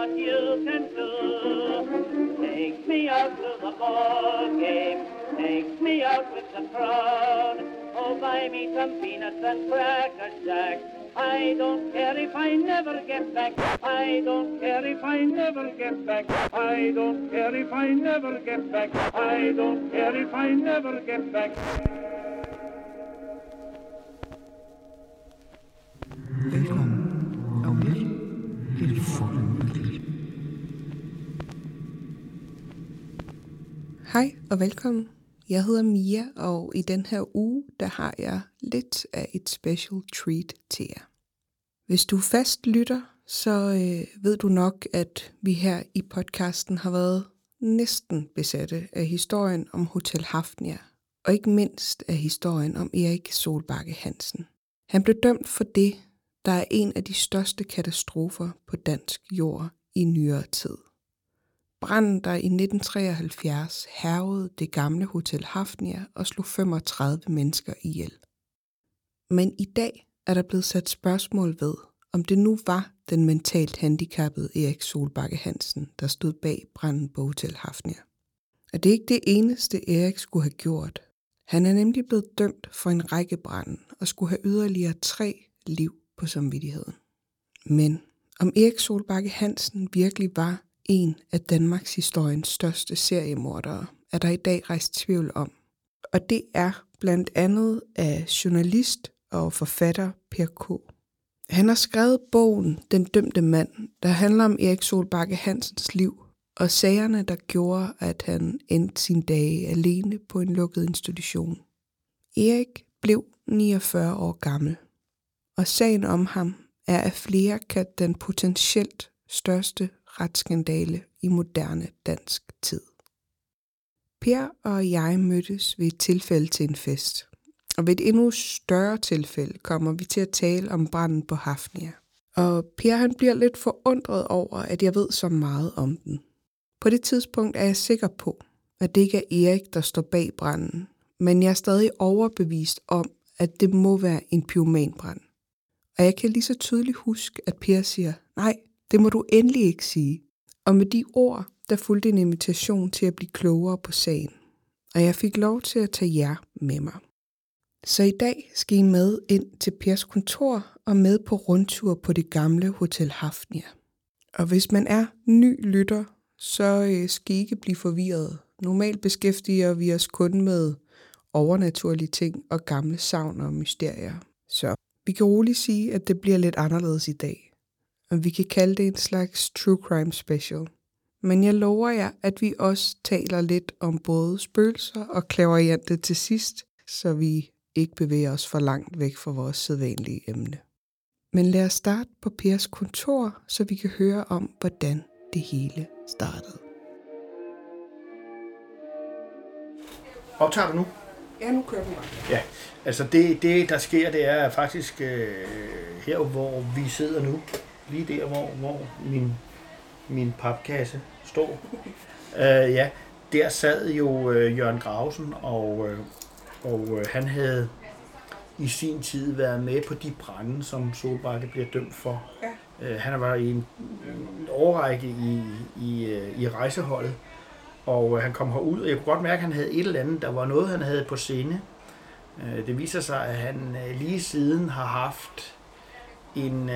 what you can do. Take me out to the ball game. Take me out with the crowd. Oh, buy me some peanuts and Cracker Jack. I don't care if I never get back. I don't care if I never get back. I don't care if I never get back. I don't care if I never get back. Velkommen og helt fornøjelig. Hej og velkommen. Jeg hedder Mia, og i den her uge, der har jeg lidt af et special treat til jer. Hvis du fast lytter, så ved du nok, at vi her i podcasten har været næsten besatte af historien om Hotel Hafnia, og ikke mindst af historien om Erik Solbakke Hansen. Han blev dømt for det, der er en af de største katastrofer på dansk jord i nyere tid. Branden, der i 1973 hærgede det gamle Hotel Hafnia og slog 35 mennesker ihjel. Men i dag er der blevet sat spørgsmål ved, om det nu var den mentalt handicappede Erik Solbakke Hansen, der stod bag branden på Hotel Hafnia. Og det er ikke det eneste, Erik skulle have gjort. Han er nemlig blevet dømt for en række brande og skulle have yderligere 3 liv på samvittigheden. Men om Erik Solbakke Hansen virkelig var en af Danmarks historiens største seriemordere, er der i dag rejst tvivl om. Og det er blandt andet af journalist og forfatter Per K. Han har skrevet bogen Den dømte mand, der handler om Erik Solbakke Hansens liv og sagerne, der gjorde, at han endte sine dage alene på en lukket institution. Erik blev 49 år gammel, og sagen om ham er af flere kaldt den potentielt største retsskandale i moderne dansk tid. Per og jeg mødtes ved et tilfælde til en fest, og ved et endnu større tilfælde kommer vi til at tale om branden på Hafnia. Og Per han bliver lidt forundret over, at jeg ved så meget om den. På det tidspunkt er jeg sikker på, at det ikke er Erik, der står bag branden, men jeg er stadig overbevist om, at det må være en pyromanbrand. Og jeg kan lige så tydeligt huske, at Per siger, nej, det må du endelig ikke sige. Og med de ord, der fulgte en invitation til at blive klogere på sagen. Og jeg fik lov til at tage jer med mig. Så i dag skal I med ind til Pers kontor og med på rundtur på det gamle Hotel Hafnia. Og hvis man er ny lytter, så skal I ikke blive forvirret. Normalt beskæftiger vi os kun med overnaturlige ting og gamle sagn og mysterier. Så vi kan roligt sige, at det bliver lidt anderledes i dag. Og vi kan kalde det en slags true crime special. Men jeg lover jer, at vi også taler lidt om både spøgelser og clairvoyante til sidst, så vi ikke bevæger os for langt væk fra vores sædvanlige emne. Men lad os starte på Pers kontor, så vi kan høre om, hvordan det hele startede. Optager du nu? Ja, nu kører den bare. Ja, altså det der sker, det er faktisk her, hvor vi sidder nu. Lige der, hvor min papkasse står. Ja, der sad jo Jørgen Gravesen, og han havde i sin tid været med på de brande, som Solbakke bliver dømt for. Ja. Han var i en årrække i rejseholdet, og han kom herud, og jeg kunne godt mærke, at han havde et eller andet, der var noget, han havde på sinde. Det viser sig, at han lige siden har haft en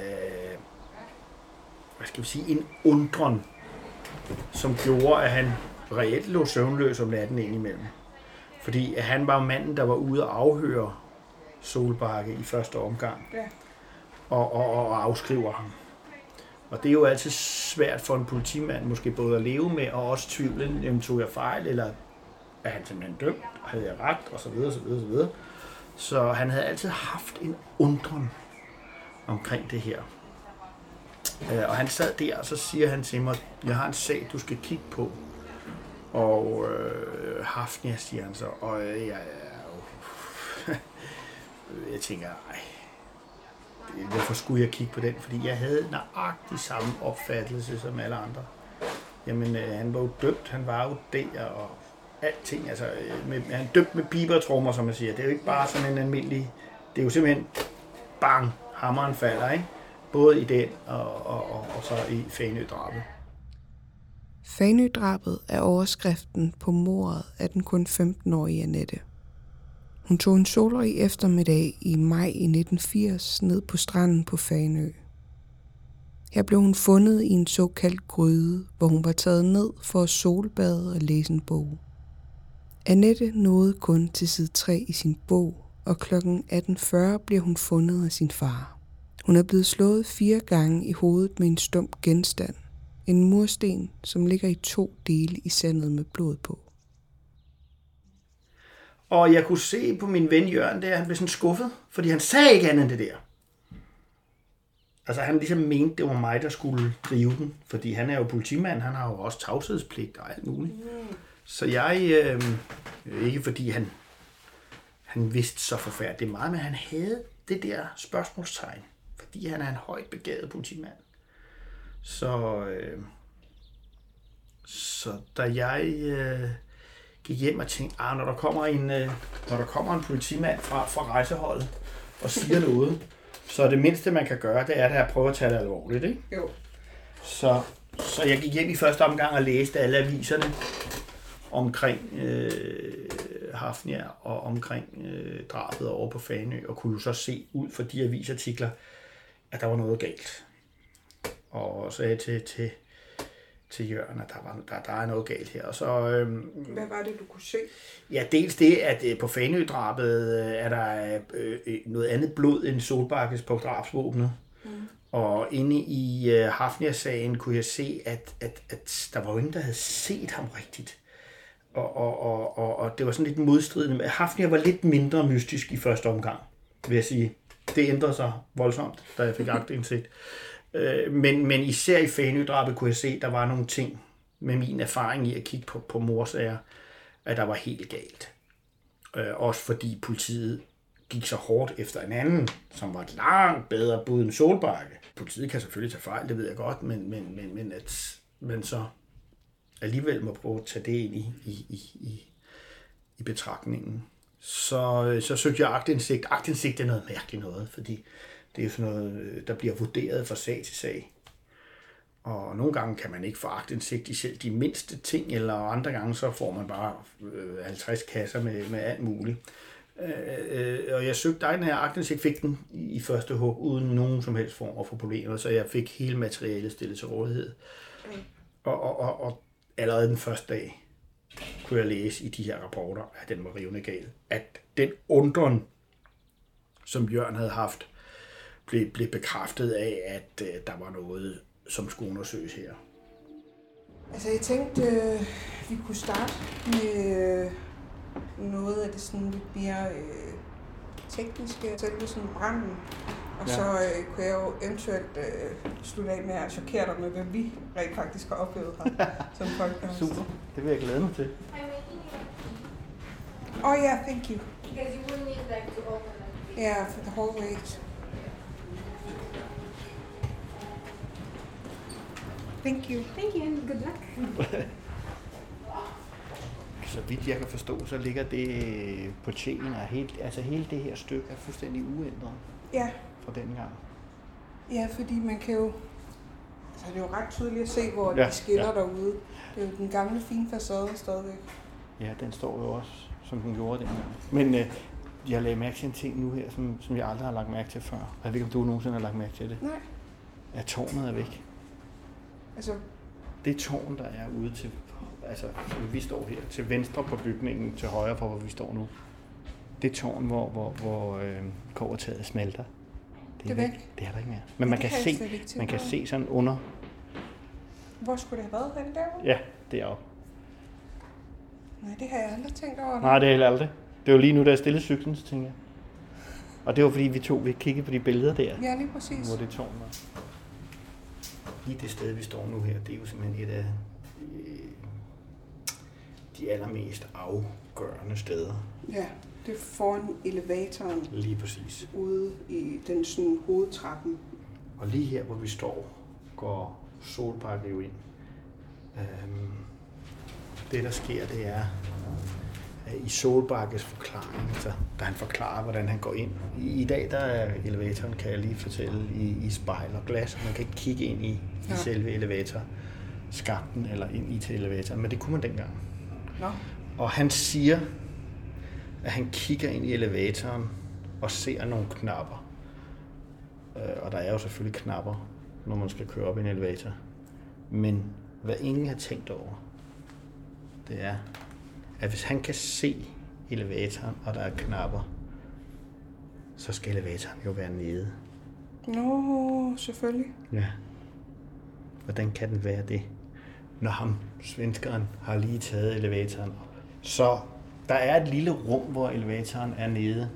en undren, som gjorde, at han reelt lå søvnløs om natten indimellem. Fordi han var manden, der var ude og afhøre Solbakke i første omgang. Ja. Og afskriver ham. Og det er jo altid svært for en politimand måske både at leve med og også tvivle, jamen tog jeg fejl, eller er han simpelthen dømt, havde jeg ret, og så videre, så videre, så videre. Så han havde altid haft en undren omkring det her. Og han sad der, og så siger han til mig, jeg har en sag, du skal kigge på. Og Hafnia, siger han så, og jeg tænker, hvorfor skulle jeg kigge på den? Fordi jeg havde nøjagtig samme opfattelse som alle andre. Jamen, han var jo dømt, han var jo der, og alting, altså, han dømt med pibertrommer, som man siger. Det er jo ikke bare sådan en almindelig, det er jo simpelthen, bang, hammeren falder, ikke? Både i den og så i Fanø-drabet. Fanø-drabet er overskriften på mordet af den kun 15-årige Annette. Hun tog en solrig eftermiddag i maj i 1980 ned på stranden på Fanø. Her blev hun fundet i en såkaldt gryde, hvor hun var taget ned for at solbade og læse en bog. Annette nåede kun til side 3 i sin bog, og kl. 18:40 bliver hun fundet af sin far. Hun er blevet slået 4 gange i hovedet med en stump genstand. En mursten, som ligger i 2 dele i sandet med blod på. Og jeg kunne se på min ven Jørgen der, han blev sådan skuffet, fordi han sagde ikke andet end det der. Altså han ligesom mente, det var mig, der skulle drive den, fordi han er jo politimand, han har jo også tavshedspligt og alt muligt. Så jeg, ikke fordi han vidste så forfærdeligt meget, men han havde det der spørgsmålstegn, fordi han er en højt begavet politimand. Så da jeg gik hjem og tænkte, når der kommer en politimand fra rejseholdet og siger noget, så det mindste, man kan gøre, det er at prøve at tage det alvorligt, ikke? Jo. Så jeg gik hjem i første omgang og læste alle aviserne omkring Hafnia og omkring drabet over på Fanø, og kunne jo så se ud fra de avisartikler, at der var noget galt. Og så sagde jeg til Jørgen, at der er noget galt her. Og så, hvad var det, du kunne se? Ja, dels det, at på Fanø-drabet er der noget andet blod end Solbakkes på drabsvåbnet. Og inde i Hafnia-sagen kunne jeg se, at der var jo ingen, der havde set ham rigtigt. Og det var sådan lidt modstridende. Hafnia var lidt mindre mystisk i første omgang, vil jeg sige. Det ændrede sig voldsomt, da jeg fik aktindsigt. Men især i Fanø-drabet kunne jeg se, at der var nogle ting med min erfaring i at kigge på morsager, at der var helt galt. Også fordi politiet gik så hårdt efter en anden, som var et langt bedre bud end Solbakke. Politiet kan selvfølgelig tage fejl, det ved jeg godt, men at man så alligevel må prøve at tage det ind i betragtningen. Så synes jeg aktindsigt. Aktindsigt er noget mærkeligt noget, fordi det er jo sådan noget, der bliver vurderet fra sag til sag. Og nogle gange kan man ikke få aktindsigt i selv de mindste ting, eller andre gange så får man bare 50 kasser med alt muligt. Og jeg søgte den her aktindsigt, fik den i første hug, uden nogen som helst form for problemer, så jeg fik hele materialet stillet til rådighed. Og allerede den første dag kunne jeg læse i de her rapporter, at den var rivende gal. At den undren, som Jørgen havde haft, blev bekræftet af, at der var noget, som skulle undersøges her. Altså jeg tænkte, vi kunne starte med noget af det sådan lidt mere tekniske, selve sådan branden. Og så kunne jeg jo eventuelt slutte af med at chokere dig med, hvad vi rent faktisk har oplevet her som podcast. Super, det vil jeg glæde mig til. Oh yeah, thank you. Because you will need like to open it. Yeah, for the hallways. Thank you. Thank you and good luck. Så vidt jeg kan forstå, så ligger det på tjenen, og hele det her stykke er fuldstændig uændret fra den gang. Ja, fordi man kan jo... Altså det er jo ret tydeligt at se, hvor de skiller derude. Det er jo den gamle fine facade stadigvæk. Ja, den står jo også, som den gjorde dengang. Men jeg lagde mærke til en ting nu her, som jeg aldrig har lagt mærke til før. Jeg ved ikke, om du nogensinde har lagt mærke til det. Nej. Ja, tårnet er væk. Altså... Det tårn, der er ude til... Altså, vi står her til venstre på bygningen, til højre for, hvor vi står nu. Det tårn, hvor kobbertaget smelter. Det er væk. Det er der ikke mere. Men man kan se sådan under. Hvor skulle det have været henne derude? Ja, deroppe. Nej, det har jeg aldrig tænkt over. Nej, det er heller aldrig. Det var lige nu, da jeg stillede cyklen, så tænkte jeg. Og det var fordi, vi kiggede på de billeder der. Ja, lige præcis. Hvor det tårn var. Lige det sted, vi står nu her, det er jo simpelthen et af de allermest afgørende steder. Ja, det er foran elevatoren. Lige præcis. Ude i den sådan hovedtrappen. Og lige her, hvor vi står, går Solbakke jo ind. Det, der sker, det er, i Solbakkes forklaring, så, da han forklarer, hvordan han går ind. I dag der er elevatoren, kan jeg lige fortælle, i spejl og glas. Man kan ikke kigge ind i selve elevatorskakten eller ind i til elevatoren, men det kunne man dengang. Nå. Og han siger, at han kigger ind i elevatoren og ser nogle knapper. Og der er jo selvfølgelig knapper, når man skal køre op i en elevator. Men hvad ingen har tænkt over, det er, at hvis han kan se elevatoren, og der er knapper, så skal elevatoren jo være nede. Nå, selvfølgelig. Ja. Hvordan kan den være det, når ham, svenskeren, har lige taget elevatoren op? Så der er et lille rum, hvor elevatoren er nede.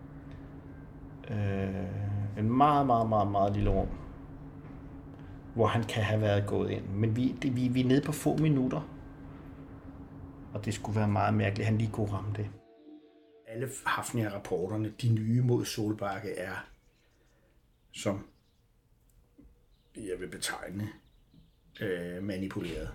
En meget, meget, meget, meget lille rum, hvor han kan have været gået ind. Men vi er nede på få minutter, og det skulle være meget mærkeligt, at han lige kunne ramme det. Alle Hafnia-rapporterne, de nye mod Solbakke, er, som jeg vil betegne, manipuleret.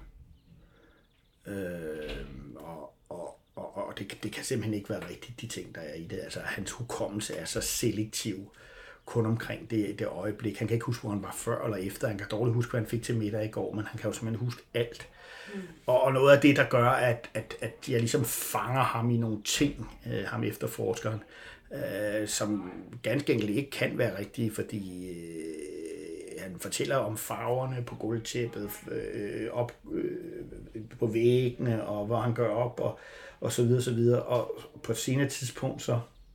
Og det kan simpelthen ikke være rigtigt, de ting, der er i det. Altså, hans hukommelse er så selektiv, kun omkring det øjeblik. Han kan ikke huske, hvor han var før eller efter. Han kan dårligt huske, hvad han fik til middag i går, men han kan jo simpelthen huske alt. Og noget af det, der gør, at jeg ligesom fanger ham i nogle ting, ham efterforskeren, som ganske enkelt ikke kan være rigtige, fordi han fortæller om farverne på gulvtæppet, op på væggene, og hvor han gør op, og så videre, så videre. Og på et senere tidspunkt,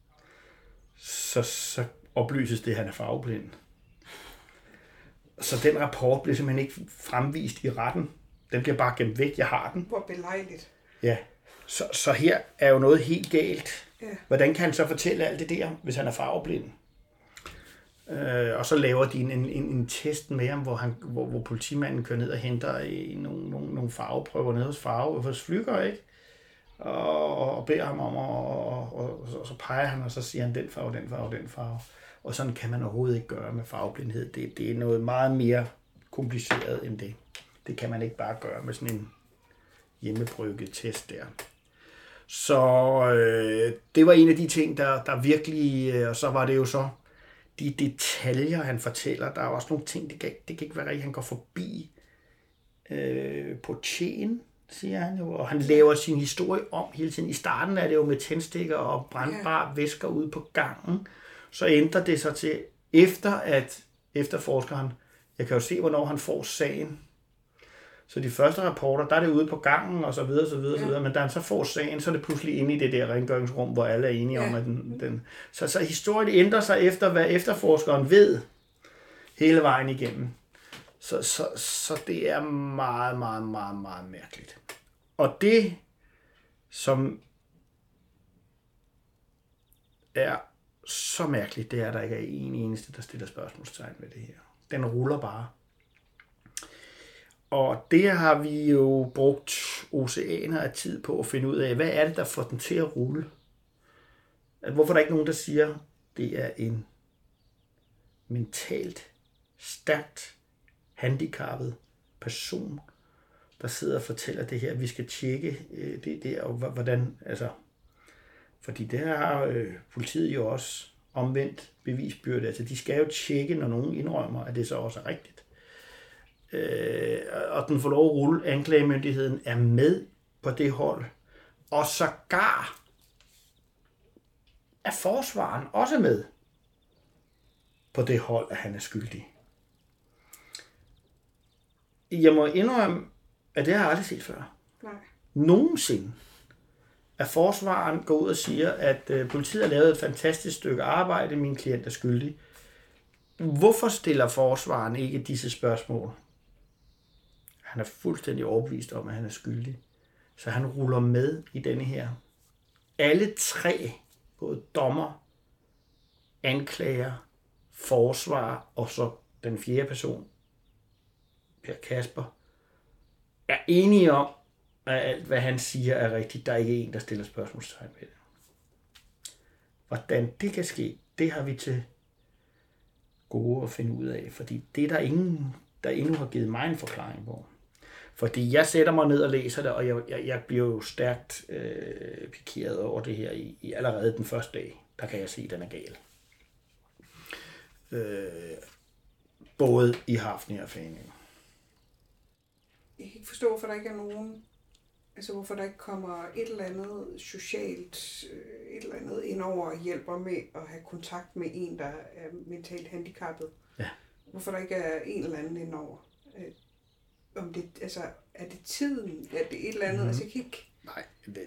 så oplyses det, at han er farveblind. Så den rapport bliver simpelthen ikke fremvist i retten. Den bliver bare gemt væk. Jeg har den. Hvor belejligt. Ja. Så her er jo noget helt galt. Ja. Hvordan kan han så fortælle alt det der, hvis han er farveblind? Og så laver de en test med ham, hvor politimanden kører ned og henter nogle farveprøver ned hos Flügger, ikke? Og beder ham om, og så peger han, og så siger han den farve, den farve, den farve. Og sådan kan man overhovedet ikke gøre med farveblindhed. Det er noget meget mere kompliceret end det. Det kan man ikke bare gøre med sådan en hjemmebrygget test der. Så det var en af de ting, der virkelig, og så var det jo så de detaljer, han fortæller. Der er også nogle ting, det kan ikke være rigtigt. Han går forbi på tjen, siger han jo, og han laver sin historie om hele tiden. I starten er det jo med tændstikker og brandbare væsker ude på gangen. Så ændrer det sig til, efter at efterforskeren, jeg kan jo se, hvornår han får sagen. Så de første rapporter, der er det ude på gangen, og så videre, så videre, så videre. Men da han så får sagen, så er det pludselig inde i det der rengøringsrum, hvor alle er enige om, at den. Så historien ændrer sig efter, hvad efterforskeren ved hele vejen igennem. Så det er meget, meget, meget, meget mærkeligt. Og det, som er så mærkeligt, det er, at der ikke er en eneste, der stiller spørgsmålstegn ved det her. Den ruller bare. Og det har vi jo brugt oceaner af tid på at finde ud af, hvad er det, der får den til at rulle? Hvorfor er der ikke nogen, der siger, det er en mentalt stærkt handicappet person, der sidder og fortæller det her. Vi skal tjekke det der, og hvordan, altså, fordi det har politiet jo også omvendt bevisbyrde. Altså, de skal jo tjekke, når nogen indrømmer, at det så også er rigtigt. Og den får lov at rulle. Anklagemyndigheden er med på det hold. Og sågar er forsvaren også med på det hold, at han er skyldig. Jeg må indrømme, at det har jeg aldrig set før. Nej. Nogensinde. At forsvaren går ud og siger, at politiet har lavet et fantastisk stykke arbejde, min klient er skyldig. Hvorfor stiller forsvaren ikke disse spørgsmål? Han er fuldstændig overbevist om, at han er skyldig. Så han ruller med i denne her. Alle tre, både dommer, anklager, forsvar og så den fjerde person, Per Kasper, er enige om, at alt, hvad han siger, er rigtigt. Der er ikke en, der stiller spørgsmålstegn ved det. Hvordan det kan ske, det har vi til gode at finde ud af, fordi det er der ingen, der endnu har givet mig en forklaring på. Fordi jeg sætter mig ned og læser det, og jeg bliver jo stærkt pikeret over det her i allerede den første dag. Der kan jeg se, at den er gal. Både i Hafnia og Fanø. Jeg kan ikke forstå, hvorfor der ikke er nogen, altså hvorfor der ikke kommer et eller andet socialt, et eller andet indover og hjælper med at have kontakt med en, der er mentalt handicappet. Ja. Hvorfor der ikke er en eller anden indover. Om det, altså, er det tiden? Er det et eller andet? Altså, jeg kan ikke... Nej,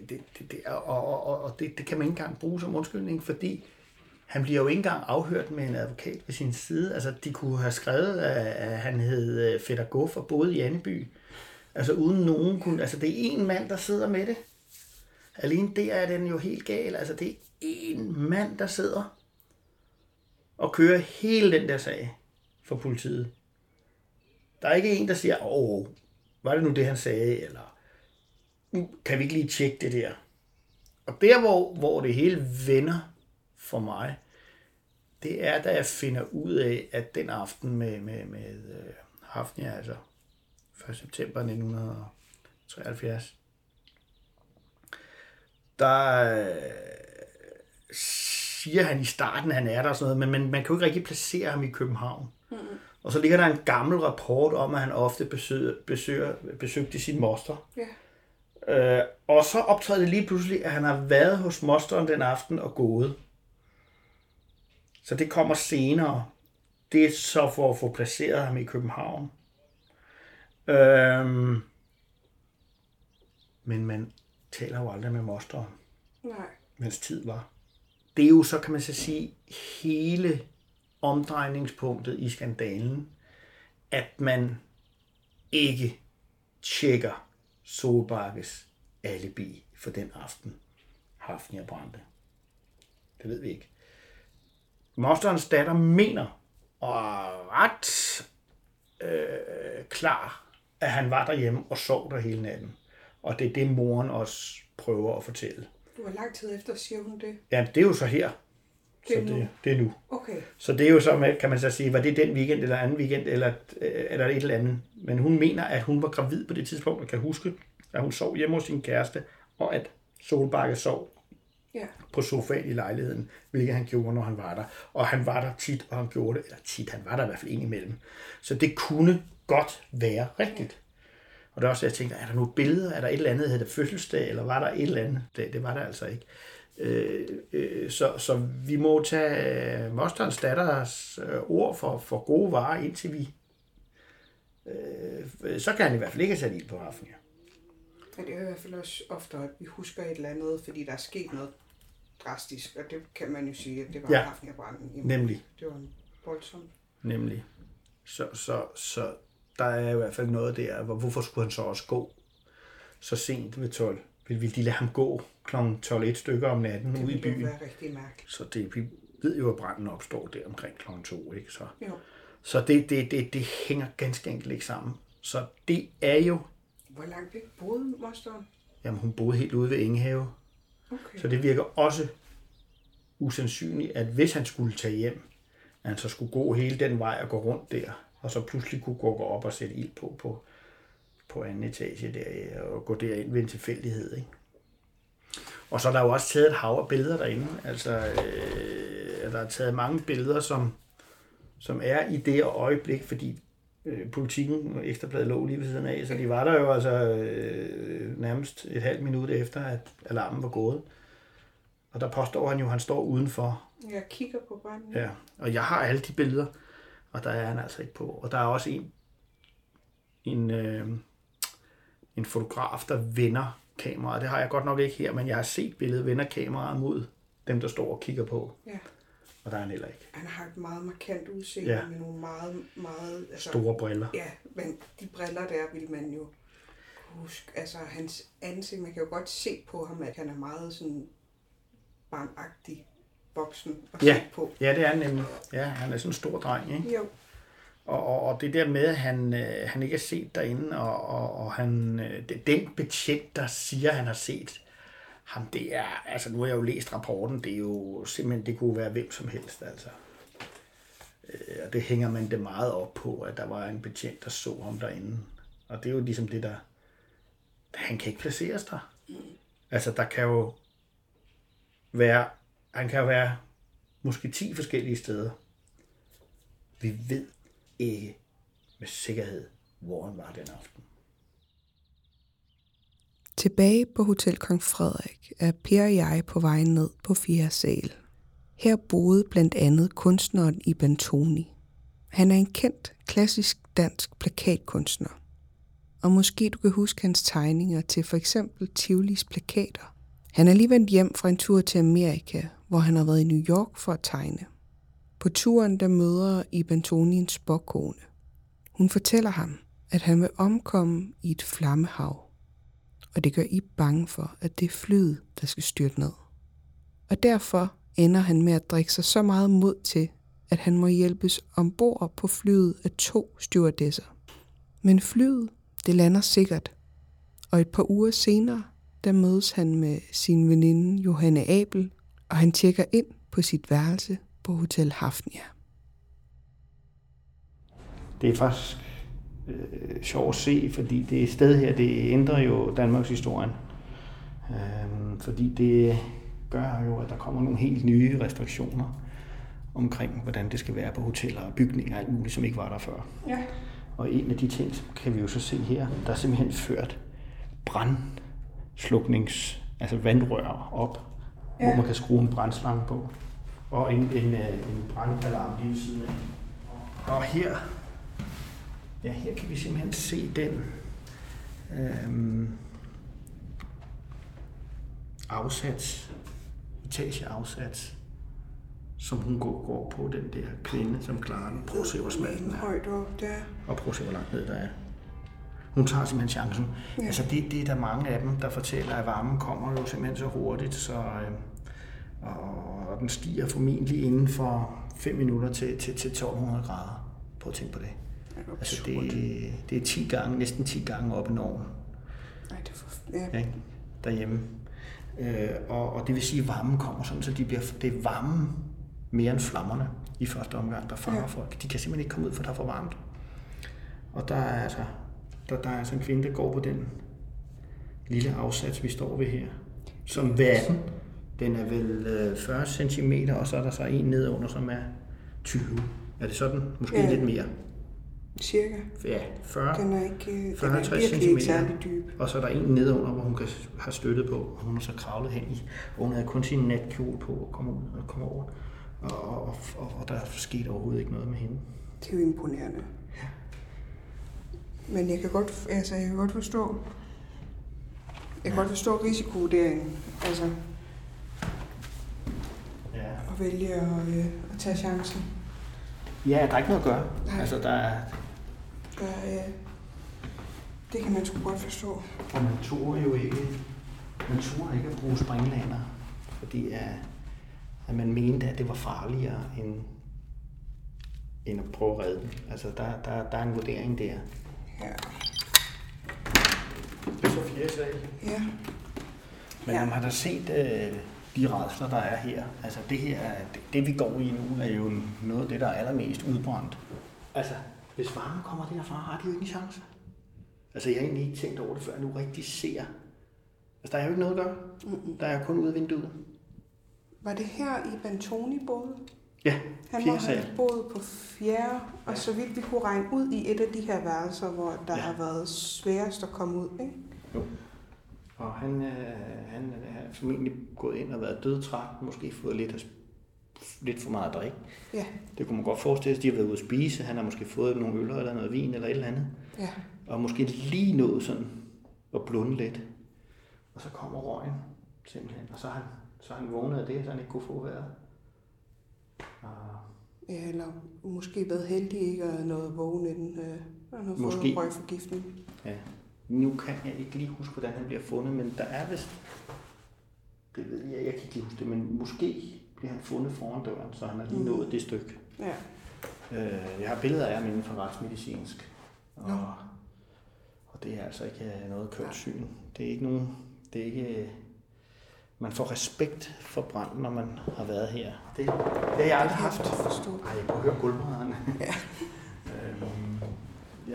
det kan man ikke engang bruge som undskyldning, fordi han bliver jo ikke engang afhørt med en advokat ved sin side. Altså, de kunne have skrevet, at han hed Fætter Guff og boede i Anneby. Altså, uden nogen kunne... Altså, det er én mand, der sidder med det. Alene det er den jo helt gal. Altså, det er én mand, der sidder og kører hele den der sag for politiet. Der er ikke en, der siger, var det nu det, han sagde, eller kan vi ikke lige tjekke det der? Og der, hvor det hele vender for mig, det er, da jeg finder ud af, at den aften med Hafnia, altså 1. september 1973, der siger han i starten, han er der og sådan noget, men man kan jo ikke rigtig placere ham i København. Og så ligger der en gammel rapport om, at han ofte besøgte sin moster. Ja. Og så optræder det lige pludselig, at han har været hos mosteren den aften og gået. Så det kommer senere. Det er så for at få placeret ham i København. Men man taler jo aldrig med mosteren, mens tid var. Det er jo så, kan man så sige, hele omdrejningspunktet i skandalen, at man ikke tjekker Solbakkes alibi for den aften, Hafnia brændte. Det ved vi ikke. Mosterens datter mener, og er ret klar, at han var derhjemme og sov der hele natten. Og det er det, moren også prøver at fortælle. Hvor lang tid efter siger hun det? Ja, det er jo så her. Det er nu. Okay. Så det er jo så, kan man så sige, var det den weekend eller anden weekend, eller et eller andet. Men hun mener, at hun var gravid på det tidspunkt, og kan huske, at hun sov hjemme hos sin kæreste, og at Solbakke sov på sofaen i lejligheden, hvilket han gjorde, når han var der. Og han var der tit, og han gjorde det, eller tit, han var der i hvert fald indimellem. Så det kunne godt være rigtigt. Og det er også, jeg tænkte, er der nogle billeder, er der et eller andet, hedder fødselsdag, eller var der et eller andet? Det var der altså ikke. Så vi må tage mosterens datters ord for gode varer, indtil vi... så kan han i hvert fald ikke have sat ild på Hafnia. Ja, det er i hvert fald også ofte, at vi husker et eller andet, fordi der er sket noget drastisk, og det kan man jo sige, at det var Hafnia-branden. Nemlig. Det var en voldsom. Nemlig. Så der er i hvert fald noget der, hvorfor skulle han så også gå så sent ved 12? Vil de lade ham gå kl. 12 stykker om natten ude i byen? Det ville være rigtig mærkeligt. Så vi ved jo, at branden opstår der omkring kl. 2, ikke? Så Jo. det hænger ganske enkelt ikke sammen. Så det er jo... Hvor langt væk boede mosteren? Jamen, hun boede helt ude ved Engehave. Okay. Så det virker også usandsynligt, at hvis han skulle tage hjem, at han så skulle gå hele den vej og gå rundt der, og så pludselig kunne gå op og sætte ild på anden etage der, og gå derind ved en tilfældighed, ikke? Og så er der jo også taget et hav af billeder derinde. Altså, der er taget mange billeder, som er i det øjeblik, fordi Politikken og Ekstrabladet lå lige ved siden af, så de var der jo altså nærmest et halvt minut efter, at alarmen var gået. Og der påstår han jo, at han står udenfor. Jeg kigger på branden. Ja, og jeg har alle de billeder, og der er han altså ikke på. Og der er også en fotograf, der vender kameraet. Det har jeg godt nok ikke her, men jeg har set billedet, vender kameraet mod dem, der står og kigger på. Ja. Og der er han heller ikke. Han har et meget markant udseende med nogle meget altså, store briller. Ja, men de briller der vil man jo huske. Altså hans ansigt, man kan jo godt se på ham, at han er meget sådan barnagtig voksen at se på. Ja, det er han nemlig. Ja, han er sådan en stor dreng, ikke? Jo. Og det der med, at han ikke er set derinde, og den betjent, der siger, at han har set ham, det er, altså nu har jeg jo læst rapporten, det er jo simpelthen, det kunne være hvem som helst, altså. Og det hænger man det meget op på, at der var en betjent, der så ham derinde. Og det er jo ligesom det, der... Han kan ikke placeres der. Altså, der kan jo være... Han kan jo være måske 10 forskellige steder. Vi ved ikke med sikkerhed, hvor han var den aften. Tilbage på Hotel Kong Frederik er Per og jeg på vej ned på 4. sal. Her boede blandt andet kunstneren Iban Toni. Han er en kendt, klassisk dansk plakatkunstner. Og måske du kan huske hans tegninger til for eksempel Tivolis plakater. Han er lige vendt hjem fra en tur til Amerika, hvor han har været i New York for at tegne. På turen der møder Iban Toni en spåkone. Hun fortæller ham, at han vil omkomme i et flammehav. Og det gør Ib bange for, at det er flyet, der skal styrte ned. Og derfor ender han med at drikke sig så meget mod til, at han må hjælpes ombord på flyet af 2 stewardesser. Men flyet, det lander sikkert. Og et par uger senere, der mødes han med sin veninde Johanne Abel, og han tjekker ind på sit værelse på Hotel Hafnia. Det er faktisk sjovt at se, fordi det sted her, det ændrer jo Danmarks historien. Fordi det gør jo, at der kommer nogle helt nye restriktioner omkring, hvordan det skal være på hoteller og bygninger og alt muligt, som ikke var der før. Ja. Og en af de ting, kan vi jo så se her, der er simpelthen ført altså vandrør op, hvor man kan skrue en brandslange på, og en brandalarm lige ved siden af. Og her kan vi simpelthen se den etageafsats, som hun går på, den der kvinde, som klarer den. Prøv at se, hvor smal den er. Højt op der. Og prøv at se, hvor langt ned der er. Hun tager simpelthen chancen. Ja. Altså det er der mange af dem, der fortæller, at varmen kommer jo simpelthen så hurtigt, så og den stiger formentlig inden for 5 minutter til 1200 grader. Prøv at tænke på det. Altså det er 10 gange, næsten 10 gange op i normen. Nej, det er for... Ja. Derhjemme. Og det vil sige, at varmen kommer sådan, så det er varmen mere end flammerne i første omgang, der fanger folk. De kan simpelthen ikke komme ud, for der er for varmt. Og der er altså en kvinde, der går på den lille afsats, vi står ved her. Som vatten. Den er vel 40 cm, og så er der så en nedunder, som er 20. Er det sådan? Måske lidt mere. Cirka. Ja, 40. Den er ikke 40-50 cm. dyb. Og så er der en nedunder, hvor hun kan have støttet på, og hun er så kravlet hen i. Og hun havde kun sin natkjole på og komme over. Og der skete overhovedet ikke noget med hende. Det er jo imponerende. Ja. Men jeg kan godt forstå. Jeg kan godt forstå risikovurderingen. Altså at vælge at tage chancen. Ja, der er ikke noget at gøre. Nej. Altså det kan man sgu godt forstå. Og man turde ikke at bruge springlander, fordi at man mente, at det var farligere end at prøve at redde dem. Altså der er en vurdering der. Ja. Det er så 4. sal. Ja. Men man har da set de rædsler, der er her. Altså det vi går i nu, er jo noget af det, der er allermest udbrændt. Altså, hvis varmen kommer derfra, har de jo ikke en chance. Altså, jeg har egentlig ikke tænkt over det, før jeg nu rigtig ser. Altså, der er jo ikke noget at gøre. Der er kun ude af vinduet. Var det her Iban Toni boede? Ja, 4. sal. Han boede på 4. Og så vidt vi kunne regne ud i et af de her værelser, hvor der har været sværest at komme ud, ikke? Jo. Og han har formentlig gået ind og været dødtræt, måske fået lidt for meget at drikke. Ja. Det kunne man godt forestille sig. De har været ude at spise, han har måske fået nogle øl eller noget vin eller et eller andet. Ja. Og måske lige nået sådan at blunde lidt. Og så kommer røgen simpelthen, og så har han vågnet af det, så han ikke kunne få vejret. Ja, eller måske været heldig ikke at noget vågen, inden han har fået røgforgiftning. Ja. Nu kan jeg ikke lige huske, hvordan han bliver fundet, men der er vist... Det ved jeg kan ikke lige huske det, men måske bliver han fundet foran døren, så han har lige nået det stykke. Ja. Jeg har billeder af ham inden for retsmedicinsk, og det er altså ikke noget kørt syn. Det er ikke nogen... Det er ikke... Man får respekt for branden, når man har været her. Det har jeg aldrig haft. Ej, jeg kunne høre gulvbrædderne. Ja. Jeg har aldrig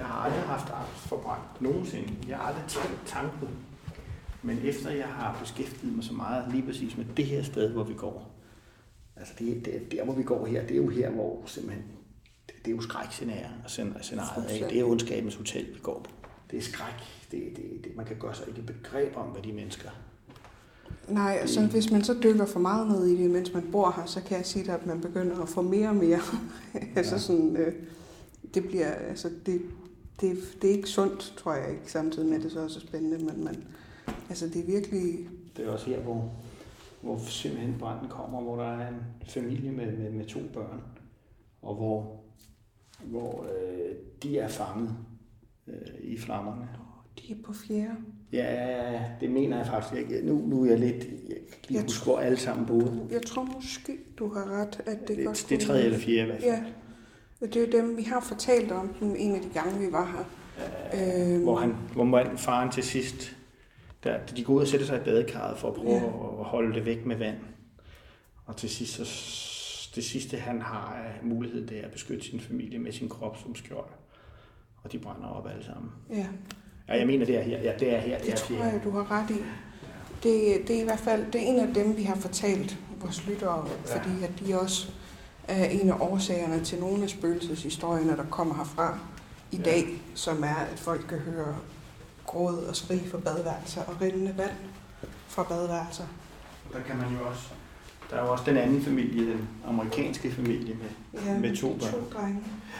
haft angst for brand nogensinde. Jeg har aldrig tænkt tanken. Men efter jeg har beskæftiget mig så meget lige præcis med det her sted, hvor vi går. Altså der, hvor vi går her, det er jo her, hvor simpelthen, det er jo skrækscenariet. Det er ondskabens hotel, vi går på. Det er skræk. Man kan gøre sig ikke begreb om, hvad de mennesker. Nej, altså hvis man så dykker for meget ned i det, mens man bor her, så kan jeg sige dig, at man begynder at få mere og mere. Altså sådan, det bliver, altså det er ikke sundt, tror jeg ikke, samtidig med det så også spændende, men altså det er virkelig. Det er også her, hvor simpelthen branden kommer, hvor der er en familie med 2 børn, og hvor de er fanget i flammerne. De er på 4. Ja, det mener jeg faktisk ikke. Nu er jeg lidt. Jeg husker, hvor alle sammen boede. Jeg tror måske, du har ret, at det godt. Det er 3. eller 4 i hvert fald. Ja, det er jo dem, vi har fortalt om dem en af de gange, vi var her. Hvor faren til sidst, de går ud og sætter sig i badekarret for at prøve at holde det væk med vand. Og til sidst, det sidste han har af mulighed, det er at beskytte sin familie med sin krop som skjold. Og de brænder op alle sammen. Ja. Ja, jeg mener, det er her. Ja, det er her. Det tror jeg, du har ret i. Det er i hvert fald det er en af dem, vi har fortalt vores lyttere, fordi at de også er en af årsagerne til nogle af spøgelseshistorierne, der kommer herfra i dag, som er, at folk kan høre gråd og skrig fra badeværelser og rindende vand fra badeværelser. Der kan man jo også. Der er jo også den anden familie, den amerikanske familie med 2 børn. 2 drenge.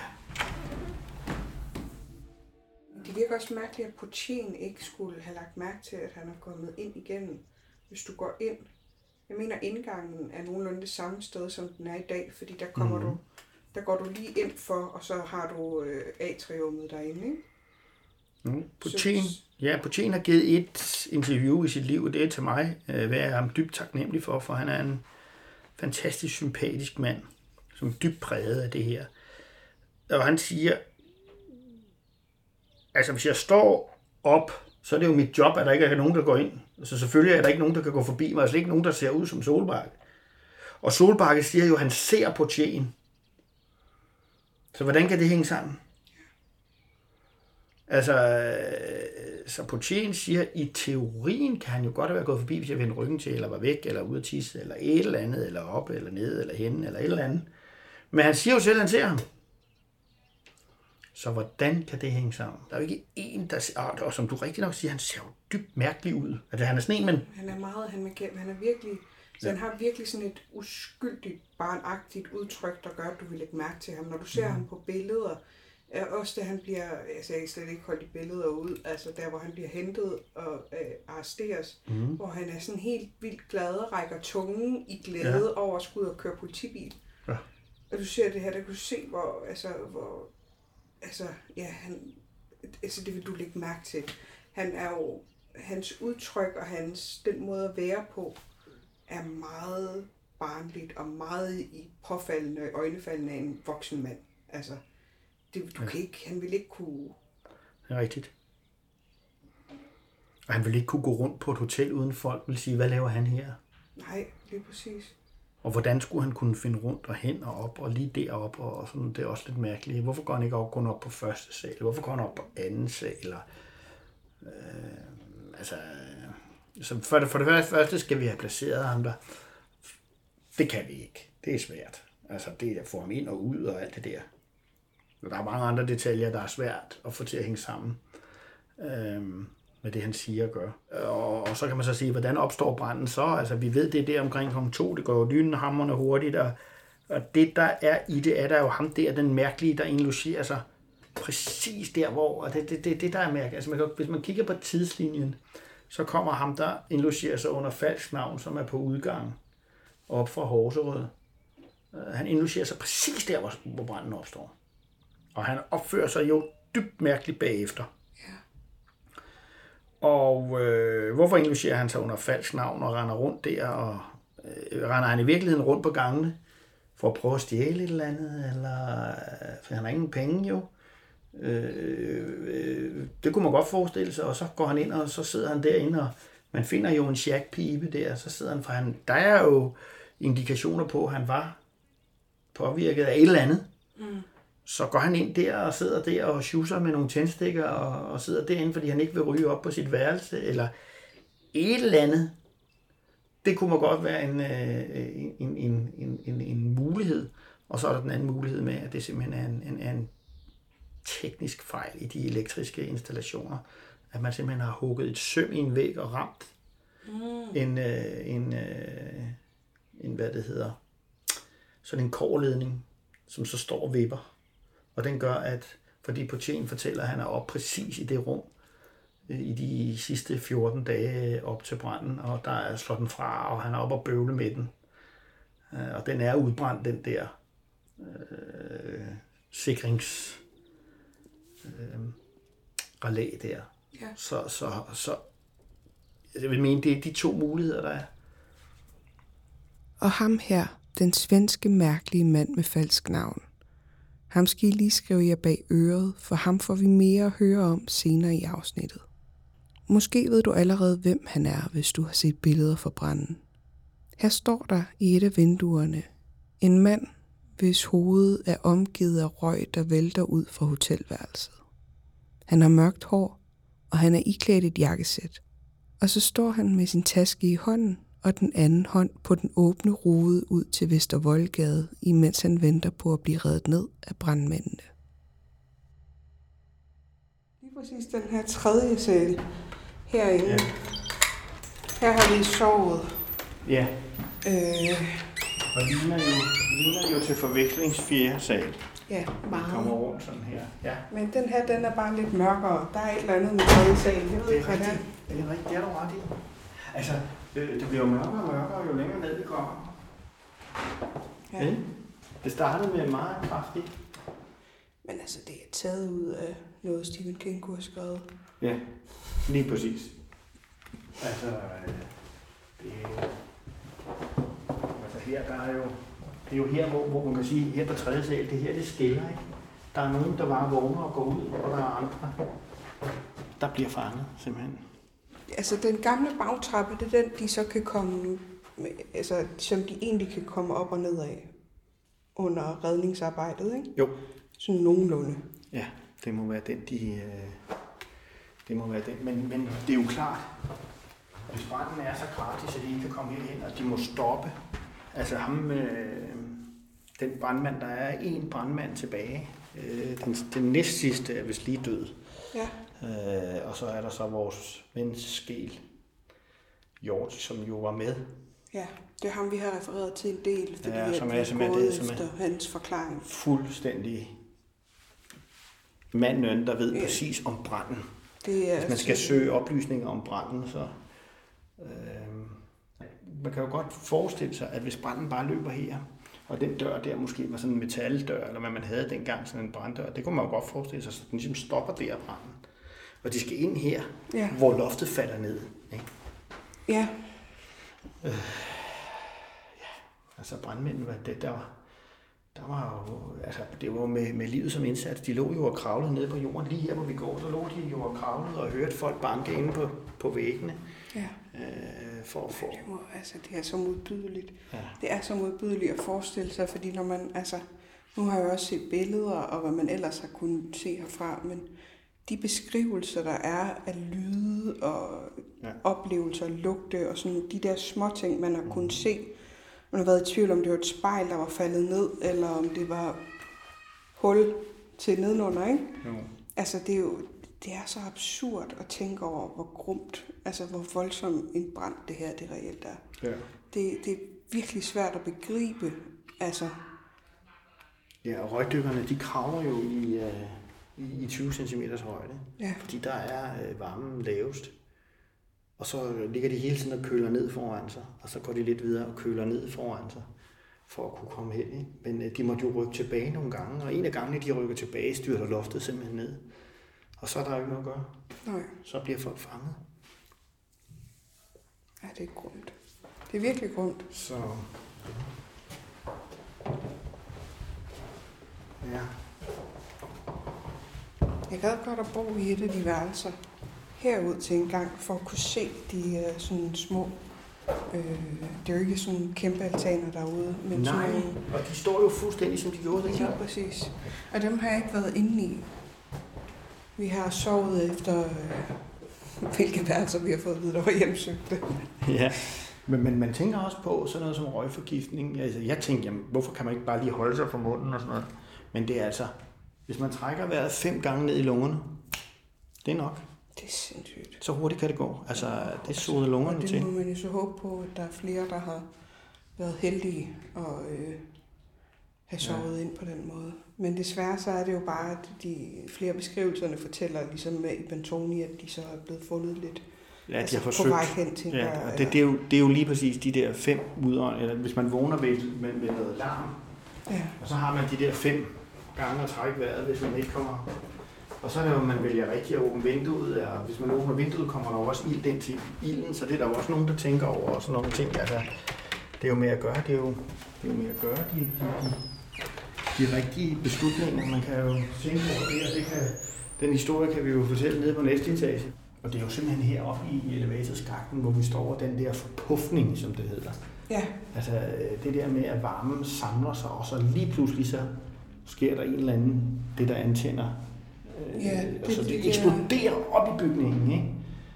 Det virker også mærkeligt, at Puccin ikke skulle have lagt mærke til, at han er kommet ind igennem. Hvis du går ind, jeg mener indgangen er nogenlunde det samme sted, som den er i dag, fordi der kommer der går du lige ind for, og så har du atriummet derinde, ikke? Puccin har givet et interview i sit liv, og det er til mig, hvad jeg er ham dybt taknemmelig for han er en fantastisk sympatisk mand, som er dybt præget af det her. Og han siger, altså hvis jeg står op, så er det jo mit job, at der ikke er nogen, der går ind. Så selvfølgelig er der ikke nogen, der kan gå forbi mig, altså ikke nogen, der ser ud som Solbakke. Og Solbakke siger jo, at han ser Puccin. Så hvordan kan det hænge sammen? Altså, så Puccin siger, at i teorien kan han jo godt have været gået forbi, hvis jeg vendte ryggen til, eller var væk, eller ude at tisse, eller et eller andet, eller op, eller ned, eller henne, eller et eller andet. Men han siger jo selv, at han ser ham. Så hvordan kan det hænge sammen? Der er jo ikke en, der ser, og som du rigtig nok siger, han ser jo dybt mærkelig ud. Altså, han er sådan en, men han er virkelig, så han har virkelig sådan et uskyldigt, barnagtigt udtryk, der gør, at du vil lægge mærke til ham. Når du ser ham på billeder, også da han bliver, altså jeg kan slet ikke holde de billeder ud, altså der, hvor han bliver hentet og arresteres, hvor han er sådan helt vildt glad og rækker tungen i glæde over at skulle ud og køre politibil. Ja. Og du ser det her, der kan du se, det vil du lægge mærke til. Han er jo, hans udtryk og den måde at være på, er meget barnligt og meget i påfaldende øjnefaldende af en voksen mand. Altså, han vil ikke kunne. Det er rigtigt. Og han vil ikke kunne gå rundt på et hotel uden folk vil sige, hvad laver han her? Nej, lige præcis. Og hvordan skulle han kunne finde rundt og hen og op og lige derop og sådan, det er også lidt mærkeligt. Hvorfor går han ikke kun op på første sal? Hvorfor går han op på anden sal? Eller, så for det første skal vi have placeret ham der. Det kan vi ikke. Det er svært. Altså det at få ham ind og ud og alt det der. Der er mange andre detaljer, der er svært at få til at hænge sammen med det, han siger og gør. Og så kan man så sige, hvordan opstår branden så? Altså, vi ved, det er der omkring kl. 2, det går jo lynhamrende hurtigt, og det, der er i det, er der jo ham der, den mærkelige, der indlogerer sig præcis der, hvor, og det der er mærkeligt. Altså, hvis man kigger på tidslinjen, så kommer ham, der indlogerer sig under falsk navn, som er på udgang op fra Horserød. Han indlogerer sig præcis der, hvor branden opstår. Og han opfører sig jo dybt mærkeligt bagefter. Ja. Og hvorfor indlogerer han sig under falsk navn og render rundt der? Og render han i virkeligheden rundt på gangene for at prøve at stjæle et eller andet? Eller, for han har ingen penge jo. Det kunne man godt forestille sig. Og så går han ind, og så sidder han derinde, og man finder jo en shackpibe der. Så sidder han, for der er jo indikationer på, at han var påvirket af et eller andet. så går han ind der og sidder der og schusser med nogle tændstikker og sidder derinde, fordi han ikke vil ryge op på sit værelse, eller et eller andet. Det kunne godt være en mulighed. Og så er der den anden mulighed med, at det simpelthen er en teknisk fejl i de elektriske installationer. At man simpelthen har hugget et søm i en væg og ramt hvad det hedder, sådan en kårledning, som så står og vipper. Og den gør, at fordi portieren fortæller, at han er oppe præcis i det rum i de sidste 14 dage op til branden, og der er slået den fra, og han er oppe og bøvle med den. Og den er udbrændt, den der sikrings relæ der. Ja. Så jeg vil mene, det er de to muligheder, der er. Og ham her, den svenske mærkelige mand med falsk navn. Ham skal I lige skrive jer bag øret, for ham får vi mere at høre om senere i afsnittet. Måske ved du allerede, hvem han er, hvis du har set billeder fra branden. Her står der i et af vinduerne en mand, hvis hoved er omgivet af røg, der vælter ud fra hotelværelset. Han har mørkt hår, og han er iklædt et jakkesæt. Og så står han med sin taske i hånden, og den anden hånd på den åbne rude ud til Vestervoldgade, imens han venter på at blive reddet ned af brandmændene. Lige præcis den her tredje sal herinde. Ja. Her har vi sovet. Ja. Og ligner jo til forveksling fjerde sal. Ja, meget. Kommer rundt sådan her. Ja. Men den her, den er bare lidt mørkere. Der er et eller andet med tredje sal. Jeg ved Det ikke, hvad det er. Det er rigtigt, det er du ret i. Altså, det bliver jo mørkere og mørkere, jo længere ned vi kommer. Ja. Det startede med meget kraftigt. Men altså, det er taget ud af noget, Stephen King kunne have skrevet. Ja, lige præcis. Altså, her, der er jo, det er jo her, hvor man kan sige, her på tredje sal, det her, det skiller, ikke? Der er nogen, der bare vågner og går ud, og der er andre, der bliver fanget, simpelthen. Altså, den gamle bagtrappe, det er den, de så kan komme, altså, som de egentlig kan komme op og ned af under redningsarbejdet, ikke? Jo. Sådan nogenlunde. Ja, det må være den, det må være den, men det er jo klart, hvis branden er så kraftig, så de ikke kan komme herhen, og de må stoppe. Altså ham, den brandmand, der er en brandmand tilbage. Den næstsidste er vist lige død. Ja. Og så er der så vores ven Skel Hjort, som jo var med. Ja, det er ham, vi har refereret til en del, fordi ja, som vi er gået efter hans forklaring. Fuldstændig manden, der ved præcis om branden. Hvis man skal søge oplysninger om branden, så... man kan jo godt forestille sig, at hvis branden bare løber her, og den dør der måske var sådan en metaldør, eller hvad man havde dengang, sådan en branddør, det kunne man jo godt forestille sig, så den ligesom stopper der branden. Og de skal ind her, hvor loftet falder ned. Ikke? Ja. Altså brandmændene, der var jo, altså det var med livet som indsats. De lå jo og kravlede nede på jorden. Lige her, hvor vi går, så lå de jo og kravlede og hørte folk banke inde på væggene. Ja. Det er så modbydeligt. Ja. Det er så modbydeligt at forestille sig, fordi når man, altså, nu har jeg også set billeder, og hvad man ellers har kunnet se herfra, men de beskrivelser, der er af lyde og oplevelser, lugte og sådan de der små ting, man har kunnet se. Man har været i tvivl, om det var et spejl, der var faldet ned, eller om det var hul til nedenunder, ikke? Jo. Altså, det er så absurd at tænke over, hvor grumt, altså hvor voldsom en brand det her, det reelt er. Ja. Det er virkelig svært at begribe, altså. Ja, og røgdykkerne, de kravler jo i 20 cm højde, fordi der er varmen lavest. Og så ligger de hele tiden og køler ned foran sig, og så går de lidt videre og køler ned foran sig, for at kunne komme hen. Ikke? Men de måtte jo rykke tilbage nogle gange, og en af gangene, de rykker tilbage, styrter loftet simpelthen ned. Og så er der jo ikke noget at gøre. Nej. Så bliver folk fanget. Ja, det er grumt. Det er virkelig grumt. Så... Ja. Jeg gad godt at bo i et af de værelser herud til en gang, for at kunne se de sådan små Det er jo ikke sådan nogle kæmpe altaner derude. Men sådan Nej, nogle, og de står jo fuldstændig, som de gjorde ja, dengang. præcis. Og dem har jeg ikke været inde i. Vi har sovet efter, hvilke værelser vi har fået at vide, der var hjemsøgte. Ja, men man tænker også på sådan noget som røgforgiftning. Altså, jeg tænker, jamen, hvorfor kan man ikke bare lige holde sig for munden og sådan noget? Men det er altså, hvis man trækker vejret 5 gange ned i lungerne, det er nok. Det er sindssygt. Så hurtigt kan det gå. Altså, det soder lungerne og til. det må man jo så håbe på, at der er flere, der har været heldige og have sovet ind på den måde. Men desværre så er det jo bare, at de flere beskrivelserne fortæller, ligesom med i Bentoni, at de så er blevet fundet lidt Ja, de har forsøgt. på vej hen til. Ja, og det er jo lige præcis de der 5 udånd, eller hvis man vågner ved noget larm, ja. og så har man de der 5 gange at trække vejret, hvis man ikke kommer. Og så er det jo, man vælger rigtigt at åbne vinduet, og hvis man åbner vinduet, kommer der også ild ind til ilden, så det er der jo også nogen, der tænker over, og sådan nogle ting. Altså, det er jo med at gøre, det er jo med at gøre de rigtige beslutninger. Man kan jo tænke over det, og det kan, den historie kan vi jo fortælle nede på næste etage. Og det er jo simpelthen heroppe i elevatorskakten, hvor vi står over den der forpuffning, som det hedder. Ja. Altså det der med, at varmen samler sig, og så lige pludselig så sker der en eller anden, det der antænder. Så det eksploderer op i bygningen, ikke?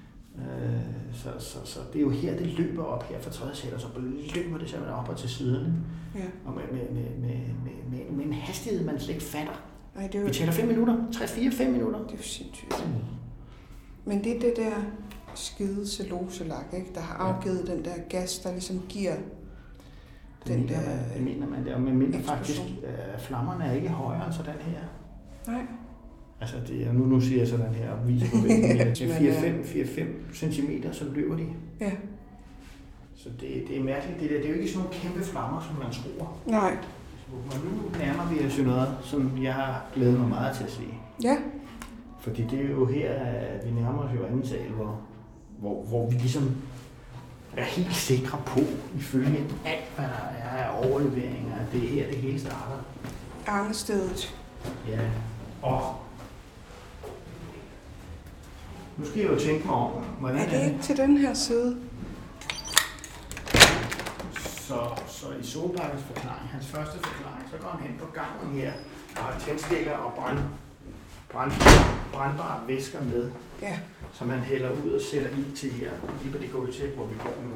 Så det er jo her, det løber op her fra 3. sal, og så løber det simpelthen op og til siden. Ja. Og med en hastighed, man slet ikke fatter. Nej, det er jo... Vi tæller 5 minutter, 3-4-5 minutter. Det er jo sindssygt. Men det er det der skide celluloselak, ikke? Der har afgivet den der gas, der ligesom giver det mener man det. Og man mener faktisk, at flammerne er ikke højere end sådan her. Nej. Altså, det er, nu siger jeg sådan her, og viser på væggen, til 4-5 centimeter, så løber de. Ja. Så det er mærkeligt, det der. Det er jo ikke sådan nogle kæmpe flammer, som man tror. Nej. Men nu nærmer vi os jo noget, som jeg har glædet mig meget til at se. Ja. Fordi det er jo her, at vi nærmer os jo anden sal, hvor vi ligesom er helt sikre på, ifølge alt, hvad der er af overleveringer, at det er her, det hele starter. Arnestedet. Ja, og nu skal jeg jo tænke mig om, hvordan er det ikke til den her side? Så i Solbakkes forklaring, hans første forklaring, så går han hen på gangen her, og har tændstikker og brandbare væsker med, ja. som han hælder ud og sætter ild til her, lige på det gulvtæppe, hvor vi går nu.